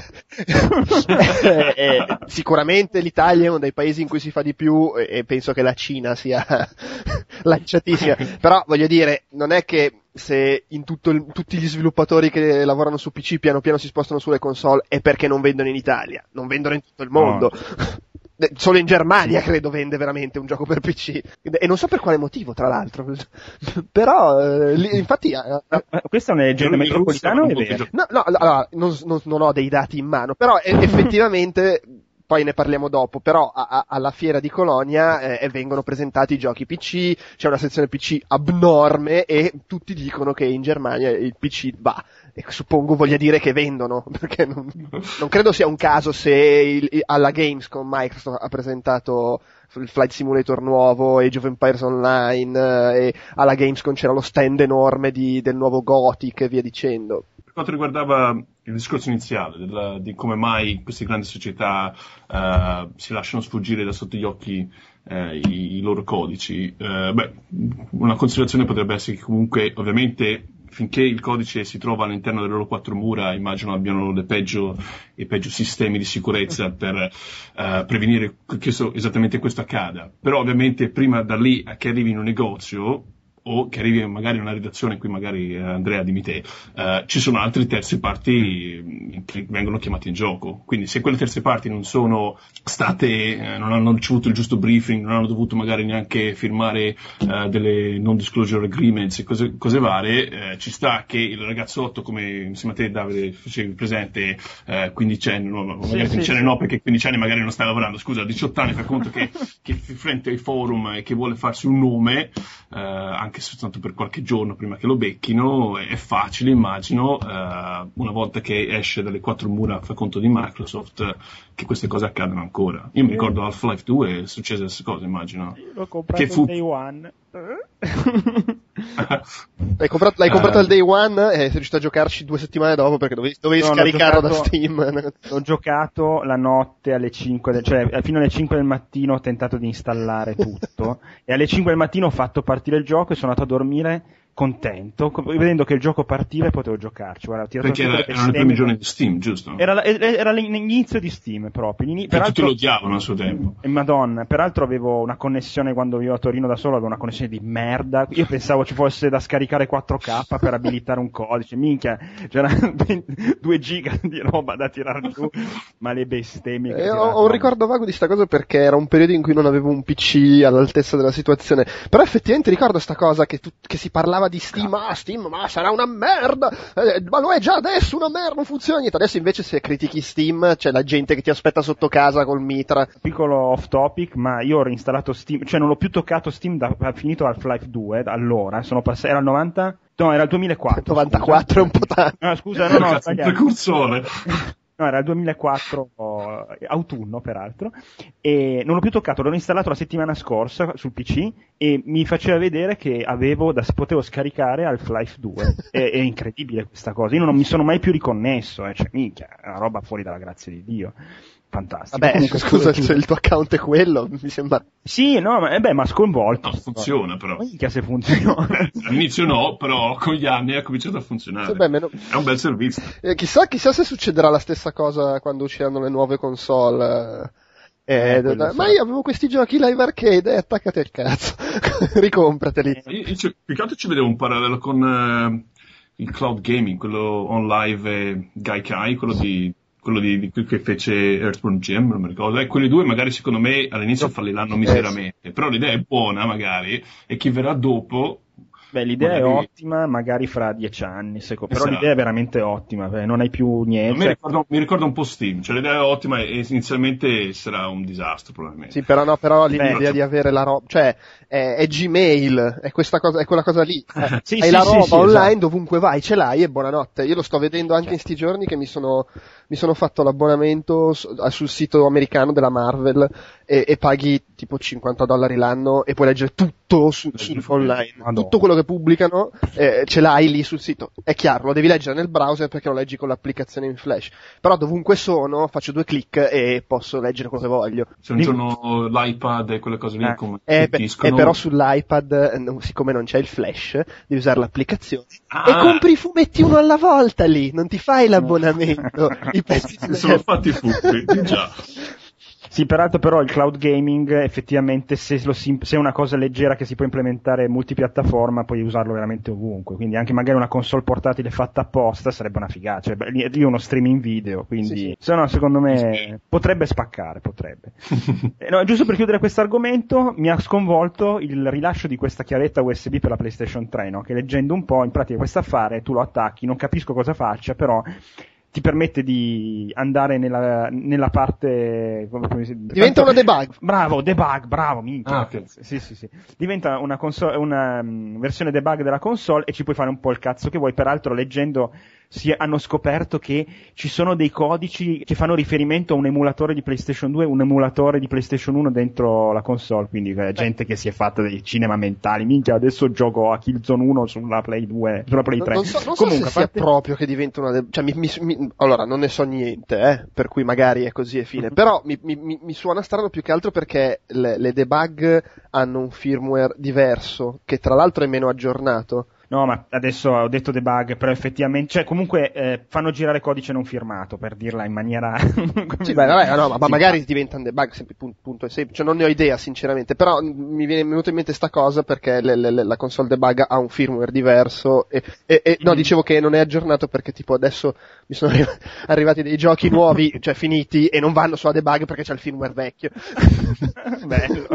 sicuramente l'Italia è uno dei paesi in cui si fa di più e penso che la Cina sia lanciatissima, però voglio dire, non è che se in tutti gli sviluppatori che lavorano su PC piano piano si spostano sulle console è perché non vendono in Italia, non vendono in tutto il mondo. No. Solo in Germania credo vende veramente un gioco per PC e non so per quale motivo, tra l'altro. Però infatti questa è una leggenda metropolitana o è vero? No, allora, non ho dei dati in mano, però effettivamente poi ne parliamo dopo, però alla fiera di Colonia vengono presentati i giochi PC, c'è una sezione PC abnorme e tutti dicono che in Germania il PC va. E suppongo voglia dire che vendono, perché non credo sia un caso se alla Gamescom Microsoft ha presentato il Flight Simulator nuovo e Age of Empires Online e alla Gamescom c'era lo stand enorme del nuovo Gothic e via dicendo. Per quanto riguardava il discorso iniziale di come mai queste grandi società si lasciano sfuggire da sotto gli occhi i loro codici, una considerazione potrebbe essere che comunque ovviamente finché il codice si trova all'interno delle loro quattro mura, immagino abbiano i peggio sistemi di sicurezza per prevenire che esattamente questo accada. Però ovviamente prima da lì a che arrivi in un negozio o che arrivi magari in una redazione, qui magari Andrea dimmi te, ci sono altre terze parti che vengono chiamate in gioco. Quindi se quelle terze parti non sono state, non hanno ricevuto il giusto briefing, non hanno dovuto magari neanche firmare delle non disclosure agreements e cose varie, ci sta che il ragazzotto, come insieme a te Davide facevi presente, 15enne, magari 15enne no, perché 15 anni magari non stai lavorando, scusa, 18 anni, per conto che frente ai forum e che vuole farsi un nome, anche soltanto per qualche giorno prima che lo becchino, è facile, immagino, una volta che esce dalle quattro mura, fa conto di Microsoft, che queste cose accadano ancora. Io mi ricordo Half-Life 2 è successa la stessa cosa, immino. Io l'ho comprato Day One. L'hai comprato al Day One e sei riuscito a giocarci 2 settimane dopo perché dovevi scaricarlo da Steam. Ho giocato la notte alle 5, cioè fino alle 5 del mattino ho tentato di installare tutto e alle 5 del mattino ho fatto partire il gioco e sono andato a dormire contento, vedendo che il gioco partiva e potevo giocarci. Guarda, perché erano i primi giorni di Steam, giusto? Era l'inizio di Steam proprio. Tutti lo odiavano al suo tempo. Madonna, peraltro avevo una connessione quando vivevo a Torino da solo, avevo una connessione di merda. Io pensavo ci fosse da scaricare 4K per abilitare un codice. Minchia, c'era 2 giga di roba da tirare giù, ma le bestemmie. Ho un ricordo vago di sta cosa perché era un periodo in cui non avevo un PC all'altezza della situazione. Però effettivamente ricordo sta cosa che si parlava parlava di Steam, Steam, ma sarà una merda, ma lo è già adesso una merda, non funziona niente. Adesso invece se critichi Steam c'è la gente che ti aspetta sotto casa col mitra. Piccolo off topic, ma io ho reinstallato Steam, cioè non l'ho più toccato Steam da finito Half-Life 2, allora, era il 90? No, era il 2004. 94 è un po' tanto. No, scusa, no, un precursore. No, era il 2004, autunno peraltro, e non l'ho più toccato, l'ho installato la settimana scorsa sul PC e mi faceva vedere che potevo scaricare Half-Life 2. È incredibile questa cosa, io non mi sono mai più riconnesso, cioè minchia, è una roba fuori dalla grazia di Dio. Fantastico. Vabbè, comunque, scusa, se il tuo account è quello, mi sembra... Sì, no, ma sconvolto. No, funziona però. Minchia se funziona. All'inizio no, però con gli anni ha cominciato a funzionare. Beh, è un bel servizio. Chissà se succederà la stessa cosa quando usciranno le nuove console. Ma io avevo questi giochi live arcade, attaccati al cazzo. Ricomprateli. Più che altro ci vedevo un parallelo con il cloud gaming, quello on live Gaikai, quello di che fece Earthworm Jim, non mi ricordo, e quelli due magari secondo me all'inizio falliranno miseramente, però l'idea è buona magari, e chi verrà dopo... Beh, l'idea magari... è ottima, magari fra 10 anni, però l'idea è veramente ottima, non hai più niente. Mi ricorda un po' Steam, cioè l'idea è ottima e inizialmente sarà un disastro probabilmente. Sì, però l'idea di avere la roba, cioè è Gmail, è questa cosa, è quella cosa lì. Hai la roba online, esatto. Dovunque vai, ce l'hai e buonanotte. Io lo sto vedendo anche in sti giorni che mi sono fatto l'abbonamento sul sito americano della Marvel e paghi tipo $50 l'anno e puoi leggere tutto su online. Madonna. Tutto quello che pubblicano ce l'hai lì sul sito. È chiaro, lo devi leggere nel browser perché lo leggi con l'applicazione in Flash. Però dovunque sono, faccio 2 click e posso leggere quello che voglio. Se un giorno l'iPad e quelle cose lì come però sull'iPad, siccome non c'è il Flash, devi usare l'applicazione e compri i fumetti uno alla volta lì, non ti fai l'abbonamento. I pezzi sono fatti fuffi, già. Sì, peraltro però il cloud gaming effettivamente se è una cosa leggera che si può implementare multipiattaforma puoi usarlo veramente ovunque, quindi anche magari una console portatile fatta apposta sarebbe una figata, cioè lì uno streaming video, quindi se no secondo me potrebbe spaccare, potrebbe. No, giusto per chiudere questo argomento, mi ha sconvolto il rilascio di questa chiavetta USB per la PlayStation 3, no? Che leggendo un po', in pratica questo affare tu lo attacchi, non capisco cosa faccia, però ti permette di andare nella parte diventa una debug. Bravo, minchia. Okay. Sì. Diventa una versione debug della console e ci puoi fare un po' il cazzo che vuoi. Peraltro leggendo hanno scoperto che ci sono dei codici che fanno riferimento a un emulatore di PlayStation 2 e un emulatore di PlayStation 1 dentro la console, quindi gente che si è fatta dei cinema mentali. Minchia, adesso gioco a Killzone 1 sulla Play 2, sulla Play 3. Non so comunque, se sia proprio che diventa una cioè allora non ne so niente, per cui magari è così e fine, però mi suona strano più che altro perché le debug hanno un firmware diverso che tra l'altro è meno aggiornato. No, ma adesso ho detto debug, però effettivamente, cioè comunque fanno girare codice non firmato, per dirla in maniera... Sì, beh, vabbè, no, ma magari diventano debug, sempre punto e semplice, non ne ho idea sinceramente, però mi viene venuta in mente sta cosa perché la console debug ha un firmware diverso e no, dicevo che non è aggiornato perché tipo adesso mi sono arrivati dei giochi nuovi, cioè finiti, e non vanno sulla debug perché c'è il firmware vecchio. Bello.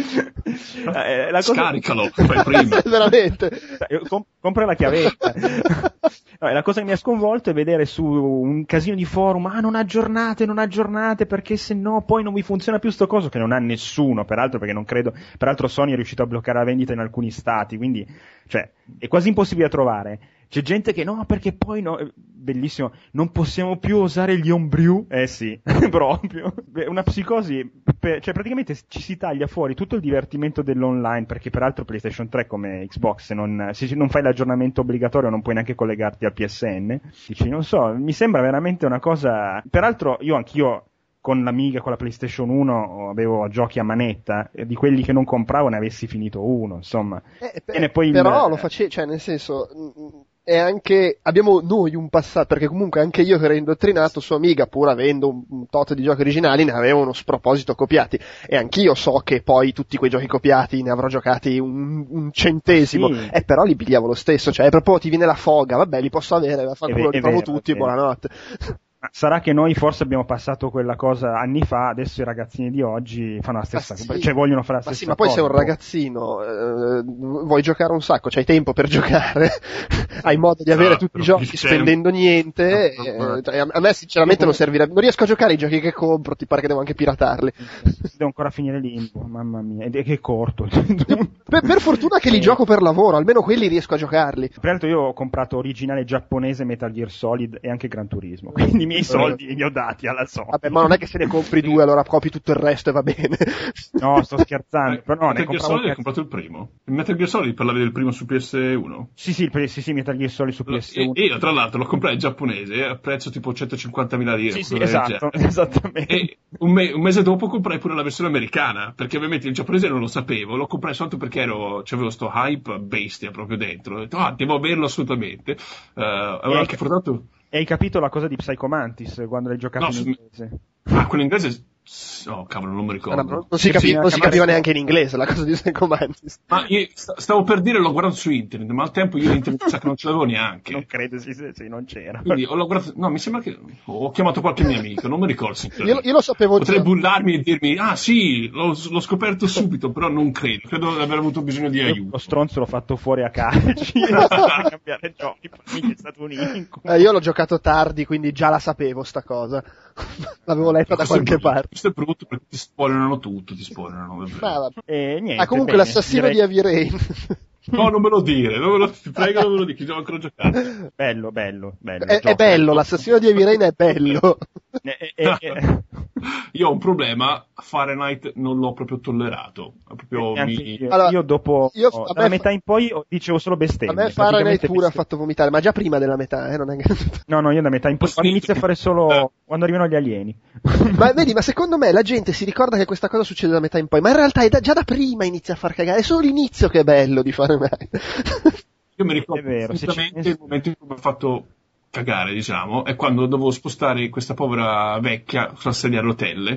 Scaricalo, fai prima. Veramente. Compra la chiavetta. No, la cosa che mi ha sconvolto è vedere su un casino di forum, non aggiornate perché se no poi non vi funziona più sto coso, che non ha nessuno, peraltro, perché non credo, peraltro Sony è riuscito a bloccare la vendita in alcuni stati, quindi cioè è quasi impossibile da trovare. C'è gente che no, perché poi no, bellissimo, non possiamo più usare gli homebrew. Sì, proprio. Una psicosi, cioè praticamente ci si taglia fuori tutto il divertimento dell'online, perché peraltro PlayStation 3 come Xbox, se non fai l'aggiornamento obbligatorio non puoi neanche collegarti al PSN. Dici, non so, mi sembra veramente una cosa, peraltro anch'io con l'Amiga, con la PlayStation 1 avevo giochi a manetta, di quelli che non compravo ne avessi finito uno, insomma. Però lo facevi, cioè nel senso, e anche abbiamo noi un passato, perché comunque anche io che ero indottrinato su Amiga, pur avendo un tot di giochi originali, ne avevo uno sproposito copiati, e anch'io so che poi tutti quei giochi copiati ne avrò giocati un centesimo, però li pigliavo lo stesso, cioè proprio ti viene la foga, vabbè li posso avere, li provo tutti e buonanotte. Sarà che noi forse abbiamo passato quella cosa anni fa, adesso i ragazzini di oggi fanno la stessa cosa, cioè vogliono fare la stessa cosa. Ma poi sei un ragazzino, vuoi giocare un sacco, c'hai tempo per giocare, hai modo di avere tutti i giochi spendendo niente, a me sinceramente non servirebbe, non riesco a giocare i giochi che compro, ti pare che devo anche piratarli. Devo ancora finire Limbo, mamma mia, ed è che è corto. per fortuna che li gioco per lavoro, almeno quelli riesco a giocarli. Peraltro io ho comprato originale giapponese Metal Gear Solid e anche Gran Turismo, quindi i miei soldi li ho dati alla Sony. Vabbè, ma non è che se ne compri 2 allora copi tutto il resto e va bene. No, sto scherzando. Però no, Metal Gear Solid hai comprato il primo? Il Metal Gear Solid parlavi del primo su PS1? Sì, Metal Gear Solid su PS1. E io tra l'altro lo comprai in giapponese a prezzo tipo 150.000 lire. Sì, esatto, esattamente. E un mese dopo comprai pure la versione americana, perché ovviamente il giapponese non lo sapevo, lo comprai soltanto perché c'avevo sto hype bestia proprio dentro. Ho detto, devo averlo assolutamente. Avevo anche forzato. E hai capito la cosa di Psycho Mantis quando l'hai giocato in inglese? Quello in inglese... Oh, cavolo, non mi ricordo. Non si capiva neanche in inglese la cosa di Psycho Mantis. Ma io stavo per dire, l'ho guardato su internet, ma al tempo io internet sa che non ce l'avevo neanche. Non credo, sì, non c'era. Quindi l'ho guardato, no, mi sembra che ho chiamato qualche mio amico, non mi ricordo. Io lo sapevo. Potrei bullarmi e dirmi, sì, l'ho scoperto subito, però non credo di aver avuto bisogno di aiuto. Lo stronzo l'ho fatto fuori a calci, per cambiare giochi, poi è stato un incubo. Io l'ho giocato tardi, quindi già la sapevo sta cosa. L'avevo letta da qualche parte. Questo è brutto perché ti spoilerano tutto, niente, comunque bene, l'assassino di Heavy Rain. No, non me lo dire, ti prego, non me lo dici, devo ancora giocare. Bello. È bello, l'assassino di Heavy Rain è bello. Io ho un problema, Fahrenheit non l'ho proprio tollerato. Io dopo, dalla metà in poi dicevo solo bestemmie. A me Fahrenheit pure ha fatto vomitare, ma già prima della metà, non è che... No, io da metà in poi, quando inizio a fare solo, quando arrivano gli alieni. Ma vedi, ma secondo me la gente si ricorda che questa cosa succede da metà in poi, ma in realtà già da prima inizia a far cagare, è solo l'inizio che è bello di Fahrenheit. Io mi ricordo assolutamente il momento in cui mi ha fatto cagare, diciamo, è quando dovevo spostare questa povera vecchia sulla sedia a rotelle.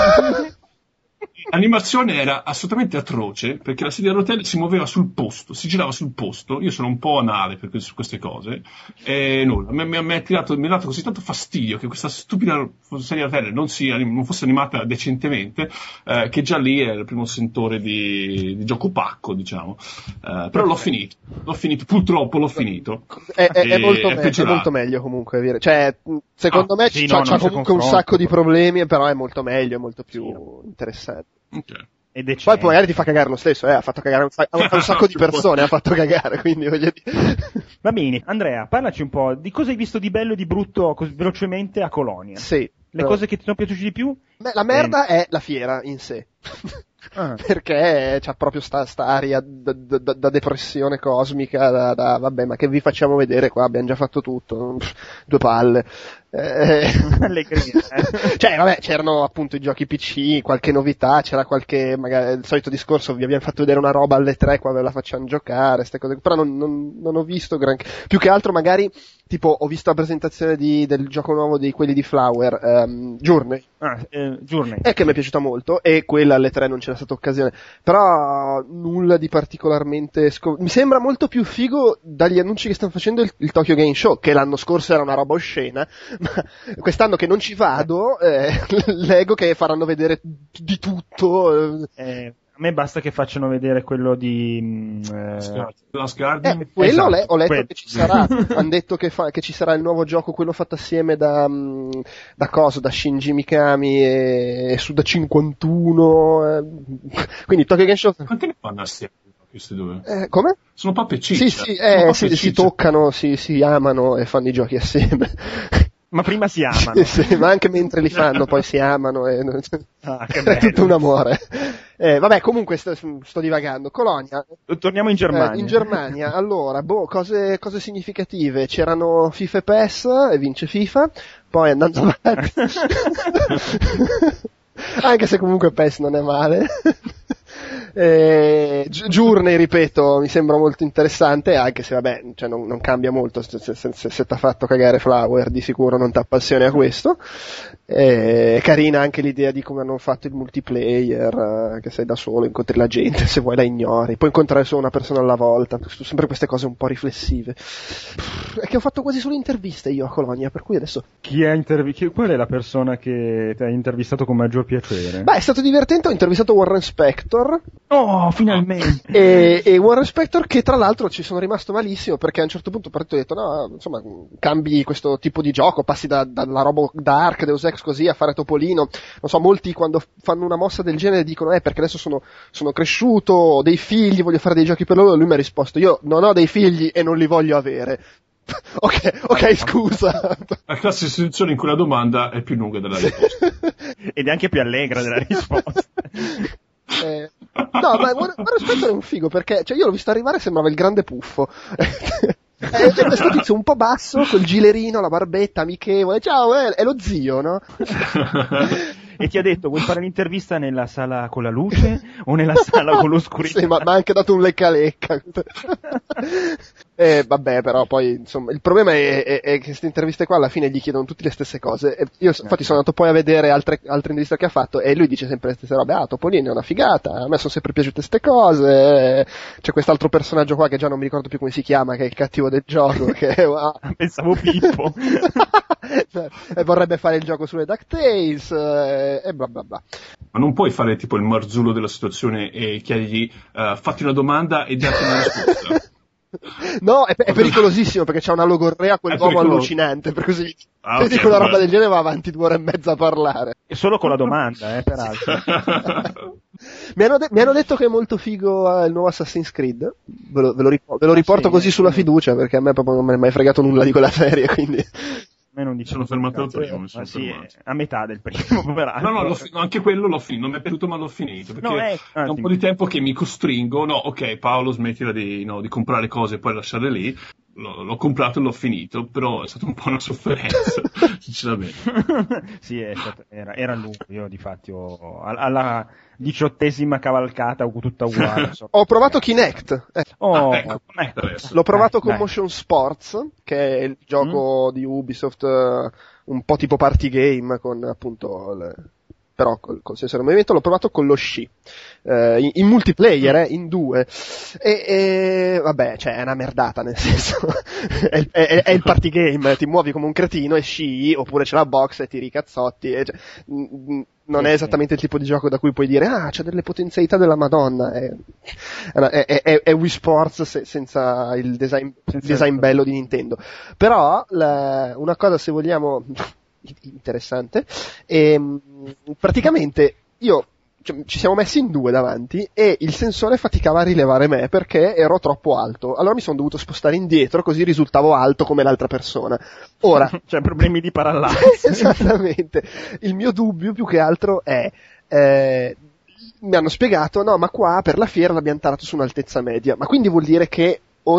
L'animazione era assolutamente atroce, perché la sedia a rotelle si muoveva sul posto, si girava sul posto. Io sono un po' anale su queste cose, e nulla, mi ha dato così tanto fastidio che questa stupida sedia a rotelle non fosse animata decentemente, che già lì era il primo sentore di gioco pacco, diciamo. Però l'ho finito, purtroppo l'ho finito. È molto meglio comunque, cioè, secondo me c'ha comunque un sacco di problemi, però è molto meglio, è molto più interessante. Okay. Poi magari ti fa cagare lo stesso, ha fatto cagare un sacco di persone, ha fatto cagare, quindi voglio dire. Va bene, Andrea, parlaci un po' di cosa hai visto di bello e di brutto velocemente a Colonia. Sì. Le cose che ti sono piaciute di più? La merda è la fiera in sé. Perché c'ha proprio sta aria da depressione cosmica, vabbè, ma che vi facciamo vedere qua, abbiamo già fatto tutto, 2 palle. Allegria, Cioè, vabbè, c'erano appunto i giochi PC, qualche novità, c'era qualche, magari il solito discorso, vi abbiamo fatto vedere una roba alle 3, qua ve la facciamo giocare, ste cose, però non ho visto granché. Più che altro magari, tipo, ho visto la presentazione del gioco nuovo di quelli di Flower, Journey. Journey. Che mi è piaciuta molto, e quella alle 3 non c'era stata occasione, però nulla di particolarmente mi sembra molto più figo dagli annunci che stanno facendo il Tokyo Game Show, che l'anno scorso era una roba oscena, ma quest'anno che non ci vado, leggo che faranno vedere di tutto. A me basta che facciano vedere quello di Last Guardian. Quello ho letto che ci sarà. Hanno detto che ci sarà il nuovo gioco, quello fatto assieme da Shinji Mikami e Suda 51. Quindi Tokyo Game Show. Quanti ne fanno assieme questi due? Come? Sono pappa e ciccia. Sì, si toccano, si amano e fanno i giochi assieme. Ma prima si amano. Sì, ma anche mentre li fanno poi si amano e che bello. È tutto un amore. Vabbè, comunque sto divagando. Colonia. Torniamo in Germania. In Germania, allora, cose significative. C'erano FIFA e PES e vince FIFA, poi andando avanti. Anche se comunque PES non è male. Journey, ripeto, mi sembra molto interessante, anche se vabbè, cioè non cambia molto, se t'ha fatto cagare Flower di sicuro non t'appassioni a questo. È carina anche l'idea di come hanno fatto il multiplayer, che sei da solo, incontri la gente, se vuoi la ignori, puoi incontrare solo una persona alla volta, sempre queste cose un po' riflessive. È che ho fatto quasi solo interviste io a Colonia, per cui adesso... Qual è la persona che ti ha intervistato con maggior piacere? Beh, è stato divertente, ho intervistato Warren Spector. Oh, finalmente! E Warren Spector, che tra l'altro ci sono rimasto malissimo, perché a un certo punto ho detto, no, insomma, cambi questo tipo di gioco, passi dalla roba Dark, Deus Ex così a fare Topolino, non so, molti quando fanno una mossa del genere dicono perché adesso sono cresciuto, ho dei figli, voglio fare dei giochi per loro. Lui mi ha risposto, io non ho dei figli e non li voglio avere. ok, scusa. La classica situazione in cui la domanda è più lunga della risposta. Ed è anche più allegra della risposta. No, ma guarda, aspetta, è un figo, perché cioè, io l'ho visto arrivare e sembrava il grande puffo. È questo tizio un po' basso, col gilerino, la barbetta, amichevole, ciao, è lo zio, no? E ti ha detto, vuoi fare l'intervista nella sala con la luce o nella sala con l'oscurità? Sì, ma ha anche dato un lecca-lecca. Vabbè, però poi, insomma, il problema è che queste interviste qua alla fine gli chiedono tutte le stesse cose. E io infatti sono andato poi a vedere altre interviste che ha fatto e lui dice sempre le stesse robe. Topolino è una figata, a me sono sempre piaciute queste cose. C'è quest'altro personaggio qua che già non mi ricordo più come si chiama, che è il cattivo del gioco, che pensavo Pippo. E vorrebbe fare il gioco sulle DuckTales, e bla bla bla. Ma non puoi fare tipo il Marzullo della situazione e chiedergli fatti una domanda e darti una risposta. No, è pericolosissimo perché c'è una logorrea quell'uomo allucinante, per così se dico una roba del genere va avanti 2 ore e mezza a parlare. E solo con la domanda, peraltro. Mi hanno detto che è molto figo il nuovo Assassin's Creed, ve lo riporto così sulla fiducia, perché a me proprio non me ne è mai fregato nulla di quella serie, quindi... Sono fermato al primo, a metà del primo, peraltro. No, anche quello l'ho finito, non mi è piaciuto ma l'ho finito, perché è un po' di tempo che mi costringo, Paolo smettila di comprare cose e poi lasciarle lì, l'ho comprato e l'ho finito, però è stata un po' una sofferenza, sinceramente. Sì, era lungo, io difatti alla 18ª cavalcata tutta uguale. Ho provato Kinect. Ecco, l'ho provato con Motion Sports, che è il gioco di Ubisoft, un po' tipo party game, con appunto però col sensore di movimento. L'ho provato con lo sci, in multiplayer, in 2, e vabbè, cioè è una merdata, nel senso è il party game, ti muovi come un cretino e sci, oppure c'è la box e tiri i cazzotti, non è esattamente il tipo di gioco da cui puoi dire c'ha delle potenzialità della Madonna, è Wii Sports senza il design bello di Nintendo. Però una cosa, se vogliamo, interessante, praticamente ci siamo messi in 2 davanti e il sensore faticava a rilevare me perché ero troppo alto, allora mi sono dovuto spostare indietro così risultavo alto come l'altra persona. Ora c'è problemi di parallassi. Esattamente. Il mio dubbio più che altro è mi hanno spiegato ma qua per la fiera l'abbiamo tarato su un'altezza media, ma quindi vuol dire che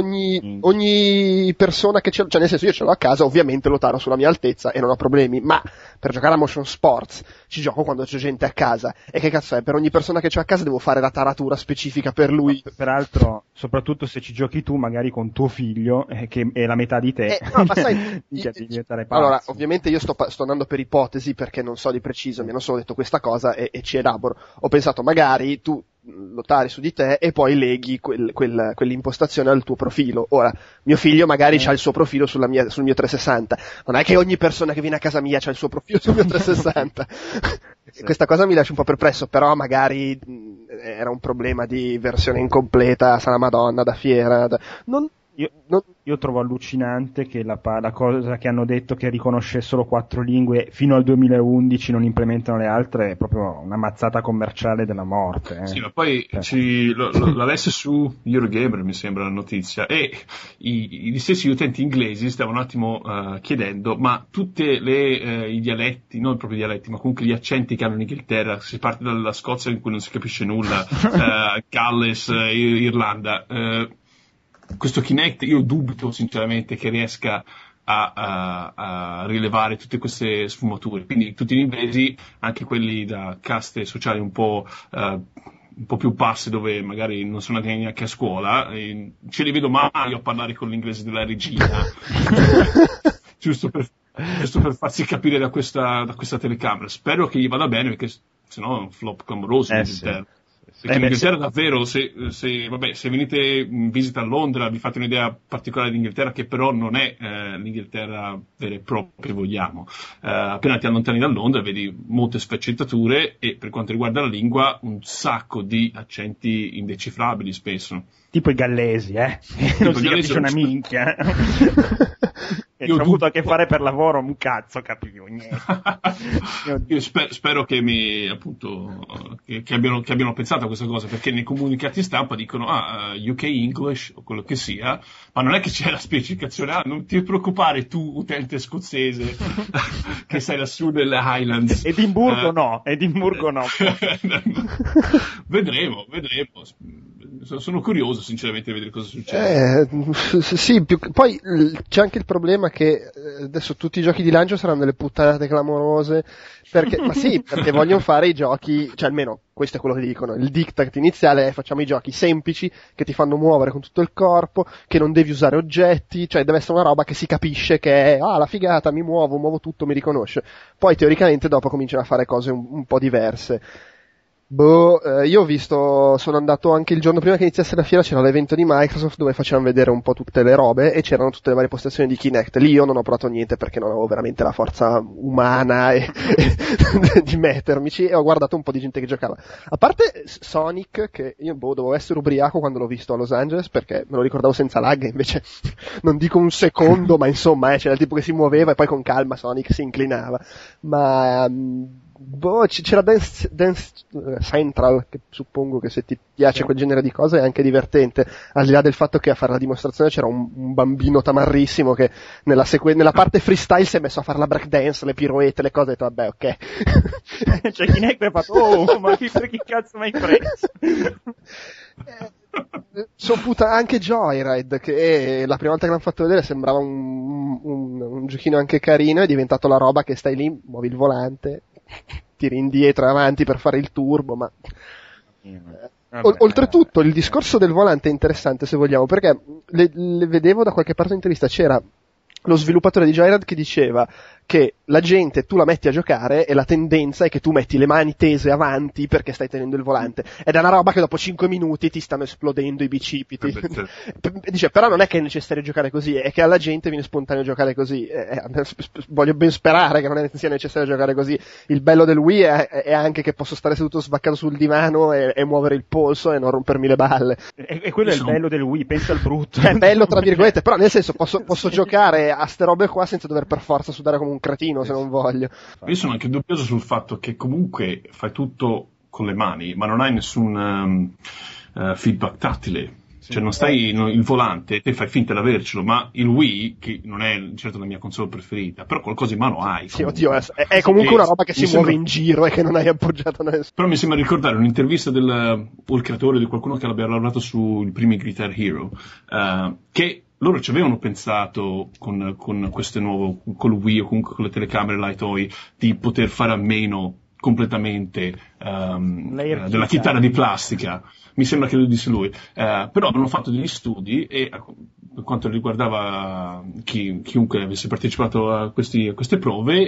ogni persona che cioè nel senso, io ce l'ho a casa, ovviamente lo taro sulla mia altezza e non ho problemi, ma per giocare a Motion Sports ci gioco quando c'è gente a casa, e che cazzo è, per ogni persona che c'ho a casa devo fare la taratura specifica per lui. Peraltro, soprattutto se ci giochi tu magari con tuo figlio, che è la metà di te, ma sai, allora ovviamente io sto andando per ipotesi perché non so di preciso, mi hanno solo detto questa cosa e ci elaboro. Ho pensato magari tu lo tari su di te e poi leghi quell'impostazione al tuo profilo. Ora, mio figlio magari c'ha il suo profilo sul mio 360, non è che ogni persona che viene a casa mia c'ha il suo profilo sul mio 360. Sì. Questa cosa mi lascia un po' perplesso, però magari era un problema di versione incompleta, sarà Madonna, da fiera, Io trovo allucinante che la cosa che hanno detto che riconosce solo 4 lingue fino al 2011 non implementano le altre, è proprio una mazzata commerciale della morte. Sì, ma poi la lesse su Eurogamer, mi sembra la notizia, e gli stessi utenti inglesi stavano un attimo chiedendo, ma tutte i dialetti, non proprio i dialetti, ma comunque gli accenti che hanno in Inghilterra, si parte dalla Scozia in cui non si capisce nulla, Galles, Irlanda, questo Kinect io dubito sinceramente che riesca a rilevare tutte queste sfumature, quindi tutti gli inglesi, anche quelli da caste sociali un po' più basse, dove magari non sono andati neanche a scuola, ce li vedo mai a parlare con l'inglese della regina, giusto per Questo per farsi capire da questa telecamera. Spero che gli vada bene, perché sennò è un flop clamoroso in Inghilterra. Perché l'Inghilterra davvero, se venite in visita a Londra, vi fate un'idea particolare di Inghilterra, che però non è l'Inghilterra vera e propria che vogliamo. Appena ti allontani da Londra vedi molte sfaccettature e, per quanto riguarda la lingua, un sacco di accenti indecifrabili spesso. Tipo i gallesi, non si capisce una minchia. E ho avuto a che fare per lavoro, un cazzo capivo niente. Io spero che abbiano pensato a questa cosa, perché nei comunicati stampa dicono UK English o quello che sia, ma non è che c'è la specificazione, non ti preoccupare tu, utente scozzese, che sei lassù nelle Highlands. Edimburgo no. Vedremo. Sono curioso sinceramente di vedere cosa succede. Sì, poi c'è anche il problema che adesso tutti i giochi di lancio saranno delle puttanate clamorose, perché vogliono fare i giochi, cioè almeno questo è quello che dicono, il diktat iniziale è: facciamo i giochi semplici che ti fanno muovere con tutto il corpo, che non devi usare oggetti, cioè deve essere una roba che si capisce che è la figata, mi muovo tutto, mi riconosce. Poi teoricamente dopo cominciano a fare cose un po' diverse. Io ho visto, sono andato anche il giorno prima che iniziasse la fiera, c'era l'evento di Microsoft dove facevano vedere un po' tutte le robe e c'erano tutte le varie postazioni di Kinect. Lì io non ho provato niente perché non avevo veramente la forza umana di mettermici, e ho guardato un po' di gente che giocava. A parte Sonic, che io dovevo essere ubriaco quando l'ho visto a Los Angeles perché me lo ricordavo senza lag, invece non dico un secondo, ma insomma c'era il tipo che si muoveva e poi con calma Sonic si inclinava. Ma c'era Dance Central, che suppongo che se ti piace quel genere di cose è anche divertente, al di là del fatto che a fare la dimostrazione c'era un bambino tamarrissimo che nella parte freestyle si è messo a fare la breakdance, le piroette, le cose, e ho detto vabbè, ok. C'è Kinect che ha fatto ma chi cazzo mi hai preso? Anche Joyride, che la prima volta che l'hanno fatto vedere sembrava un giochino anche carino, è diventato la roba che stai lì, muovi il volante, tiri indietro e avanti per fare il turbo, ma oltretutto il discorso del volante è interessante, se vogliamo, perché le vedevo da qualche parte in intervista, c'era lo sviluppatore di Joyride che diceva che la gente tu la metti a giocare e la tendenza è che tu metti le mani tese avanti perché stai tenendo il volante, ed è una roba che dopo 5 minuti ti stanno esplodendo i bicipiti. Dice però non è che è necessario giocare così, è che alla gente viene spontaneo giocare così. Voglio ben sperare che non sia necessario giocare così. Il bello del Wii è anche che posso stare seduto svaccato sul divano e muovere il polso e non rompermi le balle, e quello è il bello del Wii, pensa al brutto. È bello tra virgolette, però nel senso posso giocare a ste robe qua senza dover per forza sudare come un cretino se non voglio. Io sono anche dubbioso sul fatto che comunque fai tutto con le mani, ma non hai nessun feedback tattile. Cioè non stai il volante, te fai finta di avercelo, ma il Wii, che non è certo la mia console preferita, però qualcosa in mano hai. Sì, oddio, è comunque una roba che si muove in giro e che non hai appoggiato a nessuno. Però mi sembra ricordare un'intervista del creatore, di qualcuno che abbia lavorato sui primi Guitar Hero, che loro ci avevano pensato con questo nuovo, con il Wii o comunque con le telecamere Light Oi, di poter fare a meno completamente della chitarra di plastica. Mi sembra che lo disse lui, però hanno fatto degli studi e per quanto riguardava chiunque avesse partecipato a queste prove,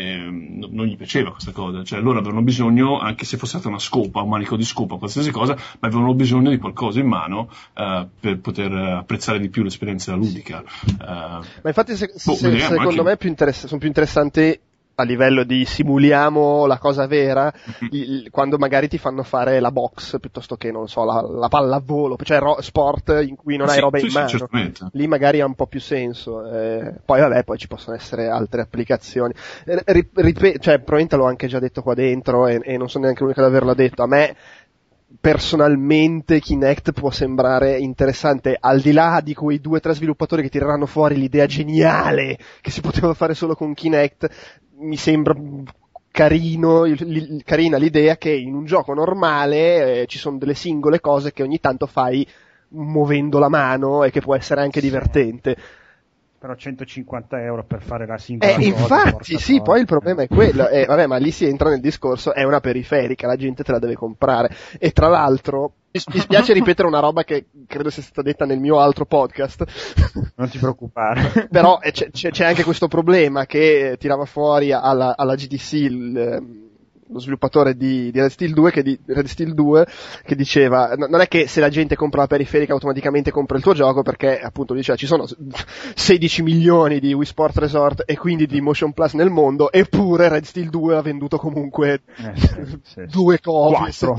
non gli piaceva questa cosa. Cioè loro avevano bisogno, anche se fosse stata una scopa, un manico di scopa, qualsiasi cosa, ma avevano bisogno di qualcosa in mano per poter apprezzare di più l'esperienza ludica. Ma infatti secondo me sono più interessanti a livello di simuliamo la cosa vera, quando magari ti fanno fare la box piuttosto che, non so, la pallavolo, cioè sport in cui non hai roba in mano. Certamente. Lì magari ha un po' più senso. Poi ci possono essere altre applicazioni. Cioè, probabilmente l'ho anche già detto qua dentro e non sono neanche l'unico ad averlo detto. A me personalmente Kinect può sembrare interessante, al di là di quei 2 o 3 sviluppatori che tireranno fuori l'idea geniale che si poteva fare solo con Kinect. Mi sembra carina l'idea che in un gioco normale ci sono delle singole cose che ogni tanto fai muovendo la mano e che può essere anche divertente. Però 150 euro per fare la singola cosa, infatti, sì, poi il problema è quello. Vabbè, ma lì si entra nel discorso, è una periferica, la gente te la deve comprare. E tra l'altro, mi spiace ripetere una roba che credo sia stata detta nel mio altro podcast. Non ti preoccupare. Però c'è anche questo problema che tirava fuori alla GDC lo sviluppatore di Red Steel 2 che diceva non è che se la gente compra la periferica automaticamente compra il tuo gioco, perché appunto diceva ci sono 16 milioni di Wii Sport Resort e quindi di Motion Plus nel mondo, eppure Red Steel 2 ha venduto comunque 2 copie. 4.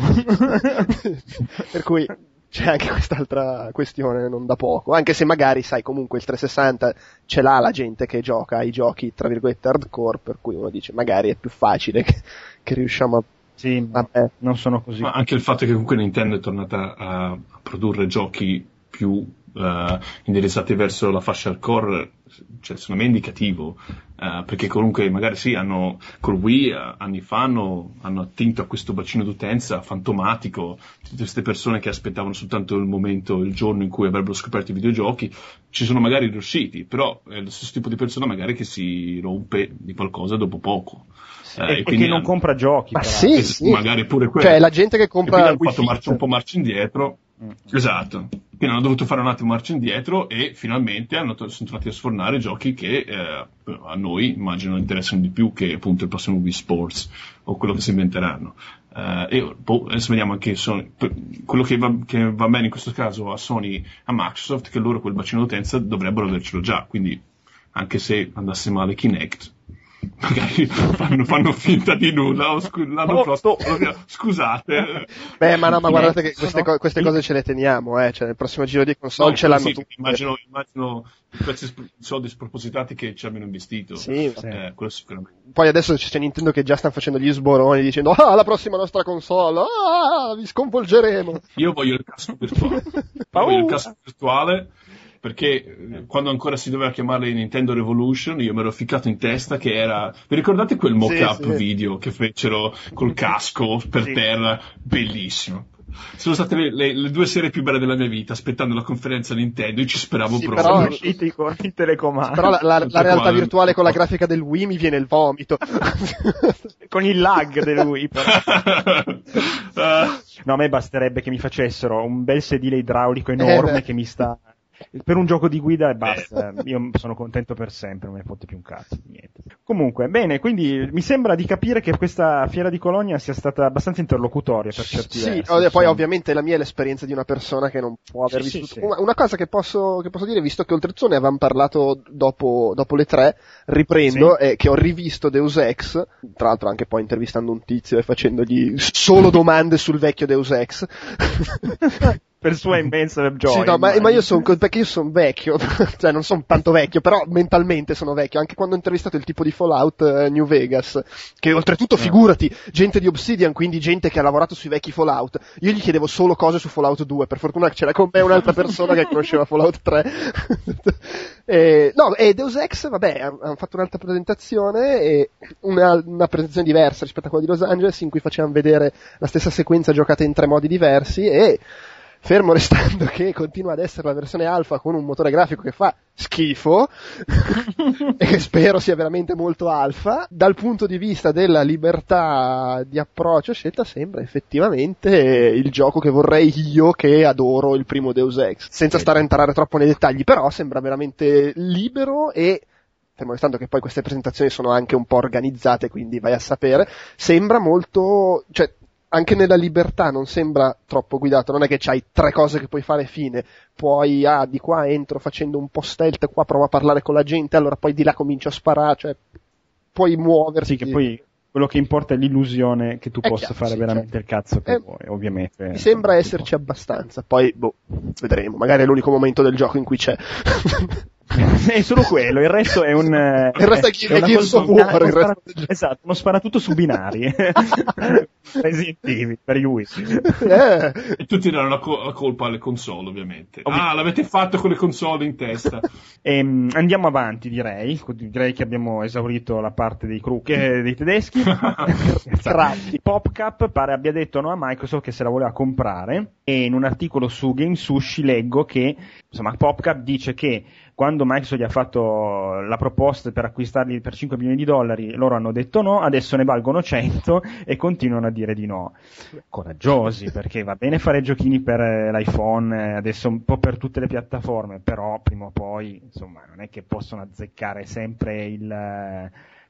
Per cui c'è anche quest'altra questione non da poco, anche se magari sai comunque il 360 ce l'ha la gente che gioca ai giochi tra virgolette hardcore, per cui uno dice magari è più facile che riusciamo a... Sì, non sono così. Ma anche il fatto che comunque Nintendo è tornata a produrre giochi più indirizzati verso la fascia hardcore, cioè secondo me è indicativo, perché comunque magari sì, col Wii anni fa hanno attinto a questo bacino d'utenza fantomatico, tutte queste persone che aspettavano soltanto il giorno in cui avrebbero scoperto i videogiochi, ci sono magari riusciti, però è lo stesso tipo di persona magari che si rompe di qualcosa dopo poco. E che non compra giochi. Ma sì. Magari pure quello. Cioè la gente che compra... Hanno fatto un po' marcia indietro. Esatto. Quindi hanno dovuto fare un attimo marcia indietro e finalmente sono tornati a sfornare giochi che a noi immagino interessano di più che appunto il prossimo Wii Sports o quello che si inventeranno. Adesso vediamo anche quello che va bene in questo caso a Sony, a Microsoft, che loro quel bacino d'utenza dovrebbero avercelo già, quindi anche se andasse male Kinect magari fanno finta di nulla l'anno prossimo scusate. Ma guardate che queste cose ce le teniamo, cioè nel prossimo giro di console ce l'hanno tutti. Immagino i soldi spropositati che ci abbiano investito. Sì. Quello sicuramente. Poi adesso c'è Nintendo che già stanno facendo gli sboroni dicendo la prossima nostra console, vi sconvolgeremo. Io voglio il casco virtuale. Perché quando ancora si doveva chiamare Nintendo Revolution io mi ero ficcato in testa che era... Vi ricordate quel mock-up video che fecero col casco per terra? Bellissimo. Sono state le 2 serie più belle della mia vita, aspettando la conferenza Nintendo, io ci speravo proprio. Però sono usciti con il telecomando. Però la realtà virtuale con la grafica del Wii mi viene il vomito. Con il lag del Wii, però. No, a me basterebbe che mi facessero un bel sedile idraulico enorme che mi sta... Per un gioco di guida e basta, io sono contento per sempre, non me ne fotte più un cazzo, niente. Comunque, bene, quindi mi sembra di capire che questa fiera di Colonia sia stata abbastanza interlocutoria per certi versi. Sì, poi ovviamente la mia è l'esperienza di una persona che non può aver vissuto. Sì. Una cosa che posso dire, visto che oltretutto ne avevamo parlato dopo le 3, riprendo, è che ho rivisto Deus Ex, tra l'altro anche poi intervistando un tizio e facendogli solo domande sul vecchio Deus Ex. Per sua immensa gioia. Sì, no, ma io perché io sono vecchio, cioè non sono tanto vecchio, però mentalmente sono vecchio, anche quando ho intervistato il tipo di Fallout New Vegas, che oltretutto figurati, gente di Obsidian, quindi gente che ha lavorato sui vecchi Fallout, io gli chiedevo solo cose su Fallout 2, per fortuna c'era con me un'altra persona che conosceva Fallout 3. E Deus Ex, vabbè, hanno fatto un'altra presentazione, e una presentazione diversa rispetto a quella di Los Angeles, in cui facevano vedere la stessa sequenza giocata in 3 modi diversi, e fermo restando che continua ad essere la versione alfa con un motore grafico che fa schifo e che spero sia veramente molto alfa, dal punto di vista della libertà di approccio scelta sembra effettivamente il gioco che vorrei io, che adoro il primo Deus Ex, senza stare a entrare troppo nei dettagli, però sembra veramente libero e, fermo restando che poi queste presentazioni sono anche un po' organizzate, quindi vai a sapere, sembra molto, cioè anche nella libertà non sembra troppo guidato, non è che c'hai 3 cose che puoi fare fine, poi di qua entro facendo un po' stealth, qua provo a parlare con la gente, allora poi di là comincio a sparare, cioè puoi muoversi. Sì, che poi quello che importa è l'illusione che tu possa fare veramente il cazzo che vuoi, ovviamente. Mi sembra esserci abbastanza, poi vedremo, magari è l'unico momento del gioco in cui c'è. È solo quello, il resto è il resto è Gears of War, esatto, uno sparatutto su binari. Resident Evil per lui. E tutti danno la colpa alle console, ovviamente. L'avete fatto con le console in testa. Andiamo avanti, direi che abbiamo esaurito la parte dei dei tedeschi. PopCap pare abbia detto no a Microsoft che se la voleva comprare, e in un articolo su GameSushi leggo che insomma PopCap dice che quando Microsoft gli ha fatto la proposta per acquistarli per $5 milioni, loro hanno detto no, adesso ne valgono 100 e continuano a dire di no. Coraggiosi, perché va bene fare giochini per l'iPhone, adesso un po' per tutte le piattaforme, però prima o poi, insomma, non è che possono azzeccare sempre il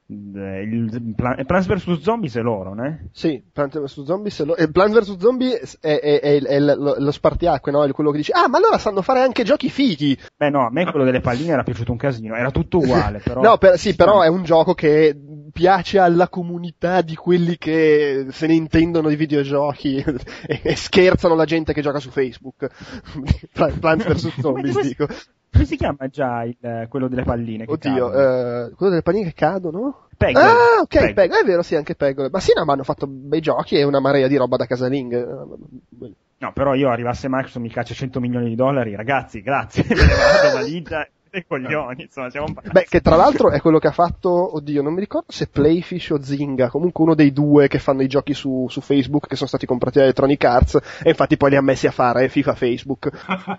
Plants vs Zombies è loro, né? Sì, Plants vs Zombies è loro. Plants vs Zombies è lo spartiacque, no? È quello che dice ma allora sanno fare anche giochi fighi. Beh no, a me quello delle palline era piaciuto un casino, era tutto uguale però. No, però è un gioco che piace alla comunità di quelli che se ne intendono di videogiochi e scherzano la gente che gioca su Facebook. Plants vs Zombies, dico. Come si chiama già quello delle palline che cadono? Quello delle palline che cadono? Peggle. Ah, ok, Peggle, è vero, sì, anche Peggle. Ma sì, no, ma hanno fatto bei giochi e una marea di roba da casaling. No, però io arrivasse Microsoft mi caccia $100 milioni, ragazzi, grazie, me ne vado valigia e coglioni, insomma, siamo Beh, che tra l'altro è quello che ha fatto, oddio, non mi ricordo se Playfish o Zynga, comunque uno dei due che fanno i giochi su Facebook, che sono stati comprati da Electronic Arts, e infatti poi li ha messi a fare FIFA Facebook.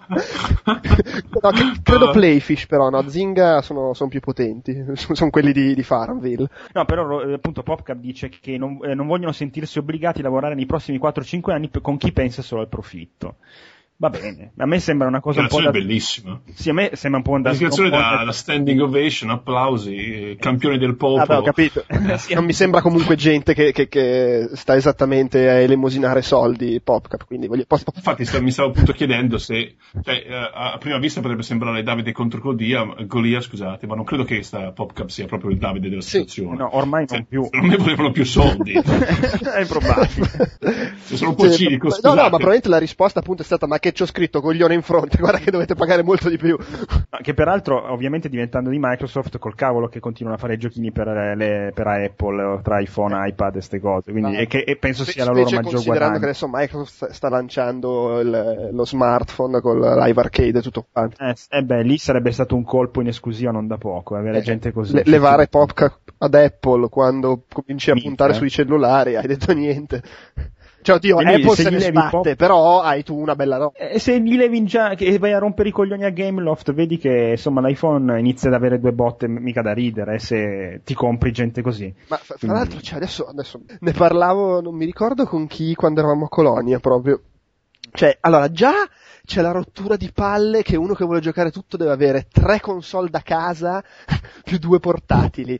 No, credo Playfish però, no, Zynga sono più potenti, sono quelli di Farmville. No, però appunto PopCap dice che non vogliono sentirsi obbligati a lavorare nei prossimi 4-5 anni con chi pensa solo al profitto. Va bene, a me sembra una cosa un po' bellissima. Sì, a me sembra un po' da standing ovation, applausi, campione del popolo. Beh, ho capito. Non mi sembra comunque gente che sta esattamente a elemosinare soldi, PopCap, quindi Infatti mi stavo appunto chiedendo se a prima vista potrebbe sembrare Davide contro Golia, scusate, ma non credo che PopCap sia proprio il Davide della situazione. No, ormai non più. Non ne volevano più soldi. È probabile. Sono un po' cinico, scusate. No, ma probabilmente la risposta appunto è stata ma che c'ho scritto coglione in fronte, guarda che dovete pagare molto di più. Che peraltro ovviamente diventando di Microsoft col cavolo che continuano a fare i giochini per Apple, tra iPhone, iPad e ste cose, quindi e penso sia la loro maggior guadagno. Considerando che adesso Microsoft sta lanciando lo smartphone con Live Arcade e tutto quanto. Lì sarebbe stato un colpo in esclusiva non da poco, avere gente così. Levare PopCap ad Apple quando cominci a puntare sui cellulari, hai detto niente. Cioè, oddio, quindi Apple se ne sbatte, però hai tu una bella roba. E se gli levi già che vai a rompere i coglioni a Gameloft, vedi che insomma l'iPhone inizia ad avere 2 botte mica da ridere se ti compri gente così. Ma fra l'altro, cioè, adesso ne parlavo, non mi ricordo con chi, quando eravamo a Colonia proprio. Cioè, allora, già c'è la rottura di palle che uno che vuole giocare tutto deve avere 3 console da casa più 2 portatili.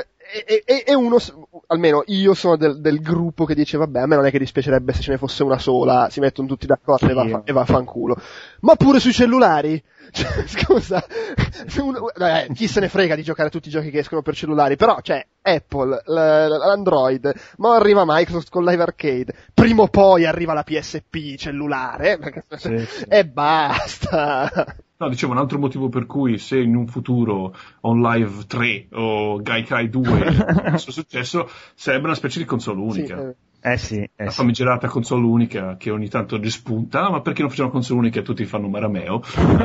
E uno, almeno io sono del gruppo che dice vabbè, a me non è che dispiacerebbe se ce ne fosse una sola, si mettono tutti d'accordo e va a fanculo. Ma pure sui cellulari? Cioè, scusa, chi se ne frega di giocare a tutti i giochi che escono per cellulari, però c'è Apple, l'Android, ma arriva Microsoft con Live Arcade, prima o poi arriva la PSP cellulare, e basta. No, dicevo, un altro motivo per cui se in un futuro OnLive 3 o Gaikai 2 fosse successo, sarebbe una specie di console unica. Sì. La famigerata console unica che ogni tanto rispunta, ma perché non facciamo una console unica e tutti fanno marameo?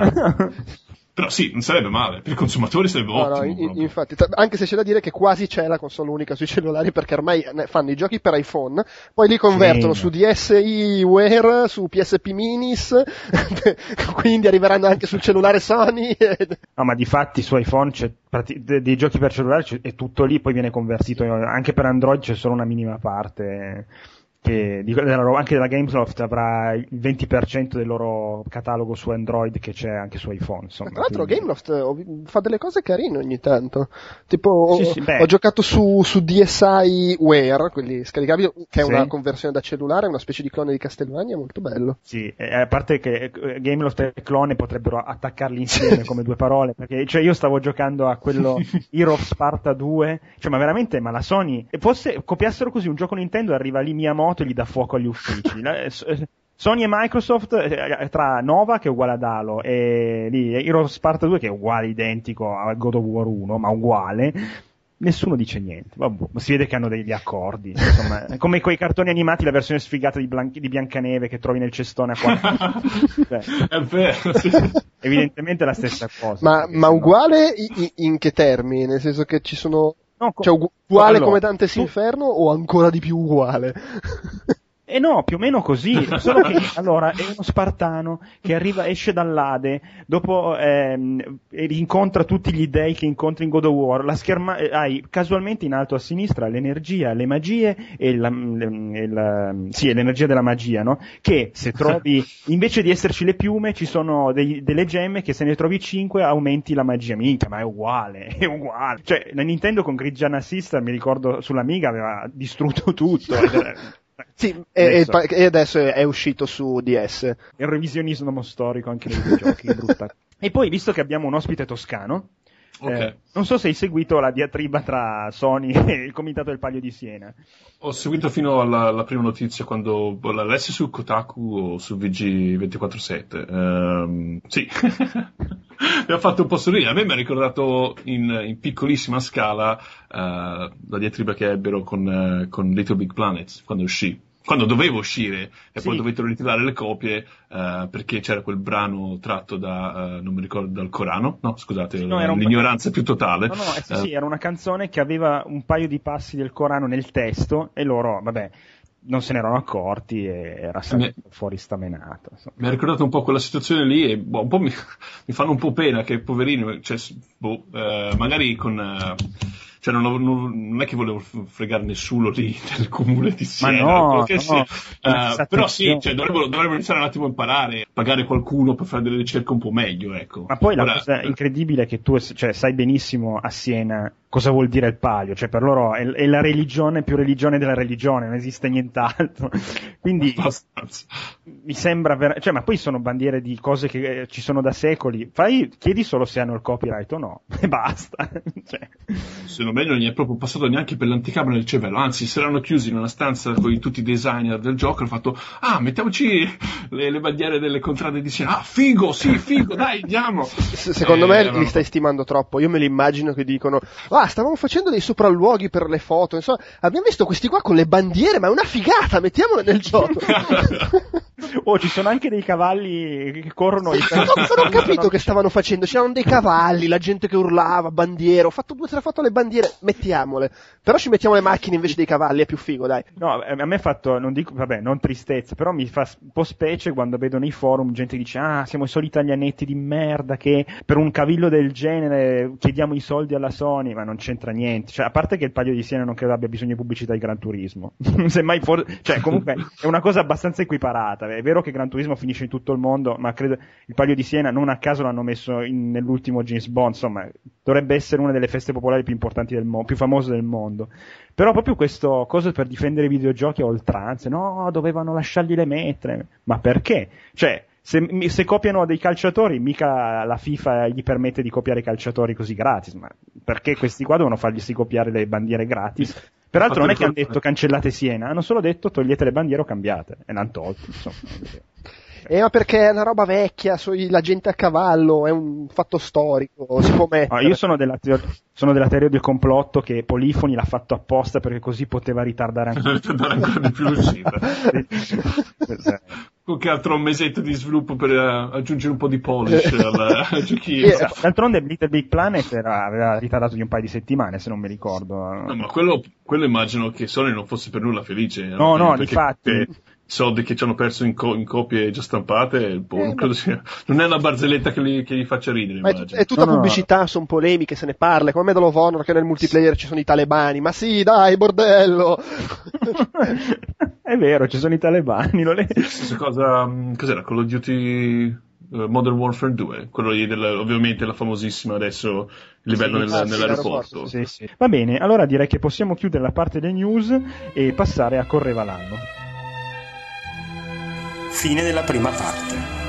Però sì, non sarebbe male, per i consumatori sarebbe ottimo. No, infatti, anche se c'è da dire che quasi c'è la console unica sui cellulari, perché ormai fanno i giochi per iPhone, poi li convertono su DSi Wear, su PSP Minis, quindi arriveranno anche sul cellulare Sony. No, ma di fatti su iPhone c'è dei giochi per cellulare, è tutto lì, poi viene convertito, anche per Android c'è solo una minima parte. Anche della Gameloft avrà il 20% del loro catalogo su Android che c'è anche su iPhone, insomma. Tra l'altro Gameloft fa delle cose carine ogni tanto, tipo ho giocato su DSi Wear, quelli scaricabili, che è una conversione da cellulare, una specie di clone di Castlevania, molto bello. Sì, a parte che Gameloft e clone potrebbero attaccarli insieme come 2 parole, perché cioè io stavo giocando a quello Hero of Sparta 2, cioè ma veramente, ma la Sony, fosse copiassero così un gioco Nintendo, arriva lì Miyamoto e gli dà fuoco agli uffici. Sony e Microsoft tra Nova che è uguale ad Halo e lì Hero of Sparta 2 che è uguale, identico a God of War 1, ma uguale, Nessuno dice niente, vabbè, si vede che hanno degli accordi, insomma, come quei cartoni animati, la versione sfigata di Biancaneve che trovi nel cestone a 4. È vero, sì. Evidentemente è la stessa cosa. Ma uguale in che termini? Nel senso che ci sono... No, cioè uguale come Dante's Inferno o ancora di più uguale? No, più o meno così, solo che allora è uno spartano che esce dall'Ade, dopo incontra tutti gli dei che incontra in God of War, hai casualmente in alto a sinistra l'energia, le magie e l'energia della magia, no? Che se trovi, invece di esserci le piume, ci sono delle gemme che se ne trovi 5 aumenti la magia. Minchia, ma è uguale. Cioè, la Nintendo con Gridjana Sister, mi ricordo, sull'Amiga aveva distrutto tutto. Sì, e adesso è uscito su DS. È un revisionismo storico anche nei videogiochi, brutta. E poi, visto che abbiamo un ospite toscano, okay. Non so se hai seguito la diatriba tra Sony e il Comitato del Palio di Siena. Ho seguito fino alla prima notizia, quando l'ha lessa su Kotaku o su VG247. Sì, mi ha fatto un po' sorridere. A me mi ha ricordato in piccolissima scala la diatriba che ebbero con Little Big Planet quando uscì. Quando dovevo uscire e poi dovettero ritirare le copie perché c'era quel brano tratto da, non mi ricordo, dal Corano, no scusate, sì, l'ignoranza più totale. Sì, era una canzone che aveva un paio di passi del Corano nel testo e loro, vabbè, non se ne erano accorti e era sempre fuori stamenato. Insomma. Mi ha ricordato un po' quella situazione lì e un po' mi fanno un po' pena che poverino, cioè, magari con... Cioè non è che volevo fregare nessuno lì nel comune di Siena, no. però sì, cioè, dovremmo iniziare un attimo a imparare, pagare qualcuno per fare delle ricerche un po' meglio, ecco. Ma poi la cosa incredibile è che tu sai benissimo a Siena cosa vuol dire il palio, cioè per loro è la religione più religione della religione, non esiste nient'altro. Quindi mi sembra cioè, ma poi sono bandiere di cose che ci sono da secoli. Chiedi solo se hanno il copyright o no e basta. Cioè. Se non meglio non gli è proprio passato neanche per l'anticamera del cervello, anzi si erano chiusi in una stanza con tutti i designer del gioco e hanno fatto mettiamoci le bandiere delle contrade di Siena. Figo, dai, andiamo. Secondo me li stai stimando troppo. Io me li immagino che dicono stavamo facendo dei sopralluoghi per le foto, insomma, abbiamo visto questi qua con le bandiere, ma è una figata, mettiamole nel gioco. Ci sono anche dei cavalli che corrono. Non ho capito che stavano facendo, c'erano dei cavalli, la gente che urlava, bandiere, ho fatto 2 o 3 foto alle bandiere, mettiamole. Però ci mettiamo le macchine invece dei cavalli, è più figo, dai. No, a me ha fatto, non dico, vabbè, non tristezza, però mi fa un po' specie quando vedo nei forum gente che dice siamo i soliti italianetti di merda che per un cavillo del genere chiediamo i soldi alla Sony, ma non c'entra niente. Cioè, a parte che il Palio di Siena non credo abbia bisogno di pubblicità di Gran Turismo. Semmai cioè, comunque è una cosa abbastanza equiparata. È vero che Gran Turismo finisce in tutto il mondo, ma credo il Palio di Siena non a caso l'hanno messo nell'ultimo James Bond, insomma, dovrebbe essere una delle feste popolari più importanti del mondo, più famose del mondo. Però proprio questo cosa per difendere i videogiochi a oltranza, no, dovevano lasciargli le metre. Ma perché? Cioè, se copiano dei calciatori, mica la FIFA gli permette di copiare i calciatori così gratis, ma perché questi qua devono fargli copiare le bandiere gratis? Peraltro non è che hanno detto cancellate Siena, hanno solo detto togliete le bandiere o cambiate, e l'hanno tolto, insomma. Ma perché è una roba vecchia, la gente a cavallo, è un fatto storico, si può mettere. Io sono della teoria del complotto che Polifoni l'ha fatto apposta perché così poteva ritardare ancora di più l'uscita. Qualche altro mesetto di sviluppo per aggiungere un po' di polish al giochino. D'altronde Little Big Planet aveva ritardato di un paio di settimane, se non mi ricordo. No, ma quello immagino che Sony non fosse per nulla felice. No, difatti. Soldi che ci hanno perso in copie già stampate, non è una barzelletta che gli faccia ridere. Ma è tutta pubblicità, sono polemiche, se ne parla, come Medal of Honor che nel multiplayer ci sono i talebani, ma sì, dai, bordello! È vero, ci sono i talebani. Stessa cosa, cos'era? Call of Duty Modern Warfare 2, quello lì ovviamente la famosissima adesso il livello nell'aeroporto. Sì. Va bene, allora direi che possiamo chiudere la parte delle news e passare a Correva l'anno. Fine della prima parte.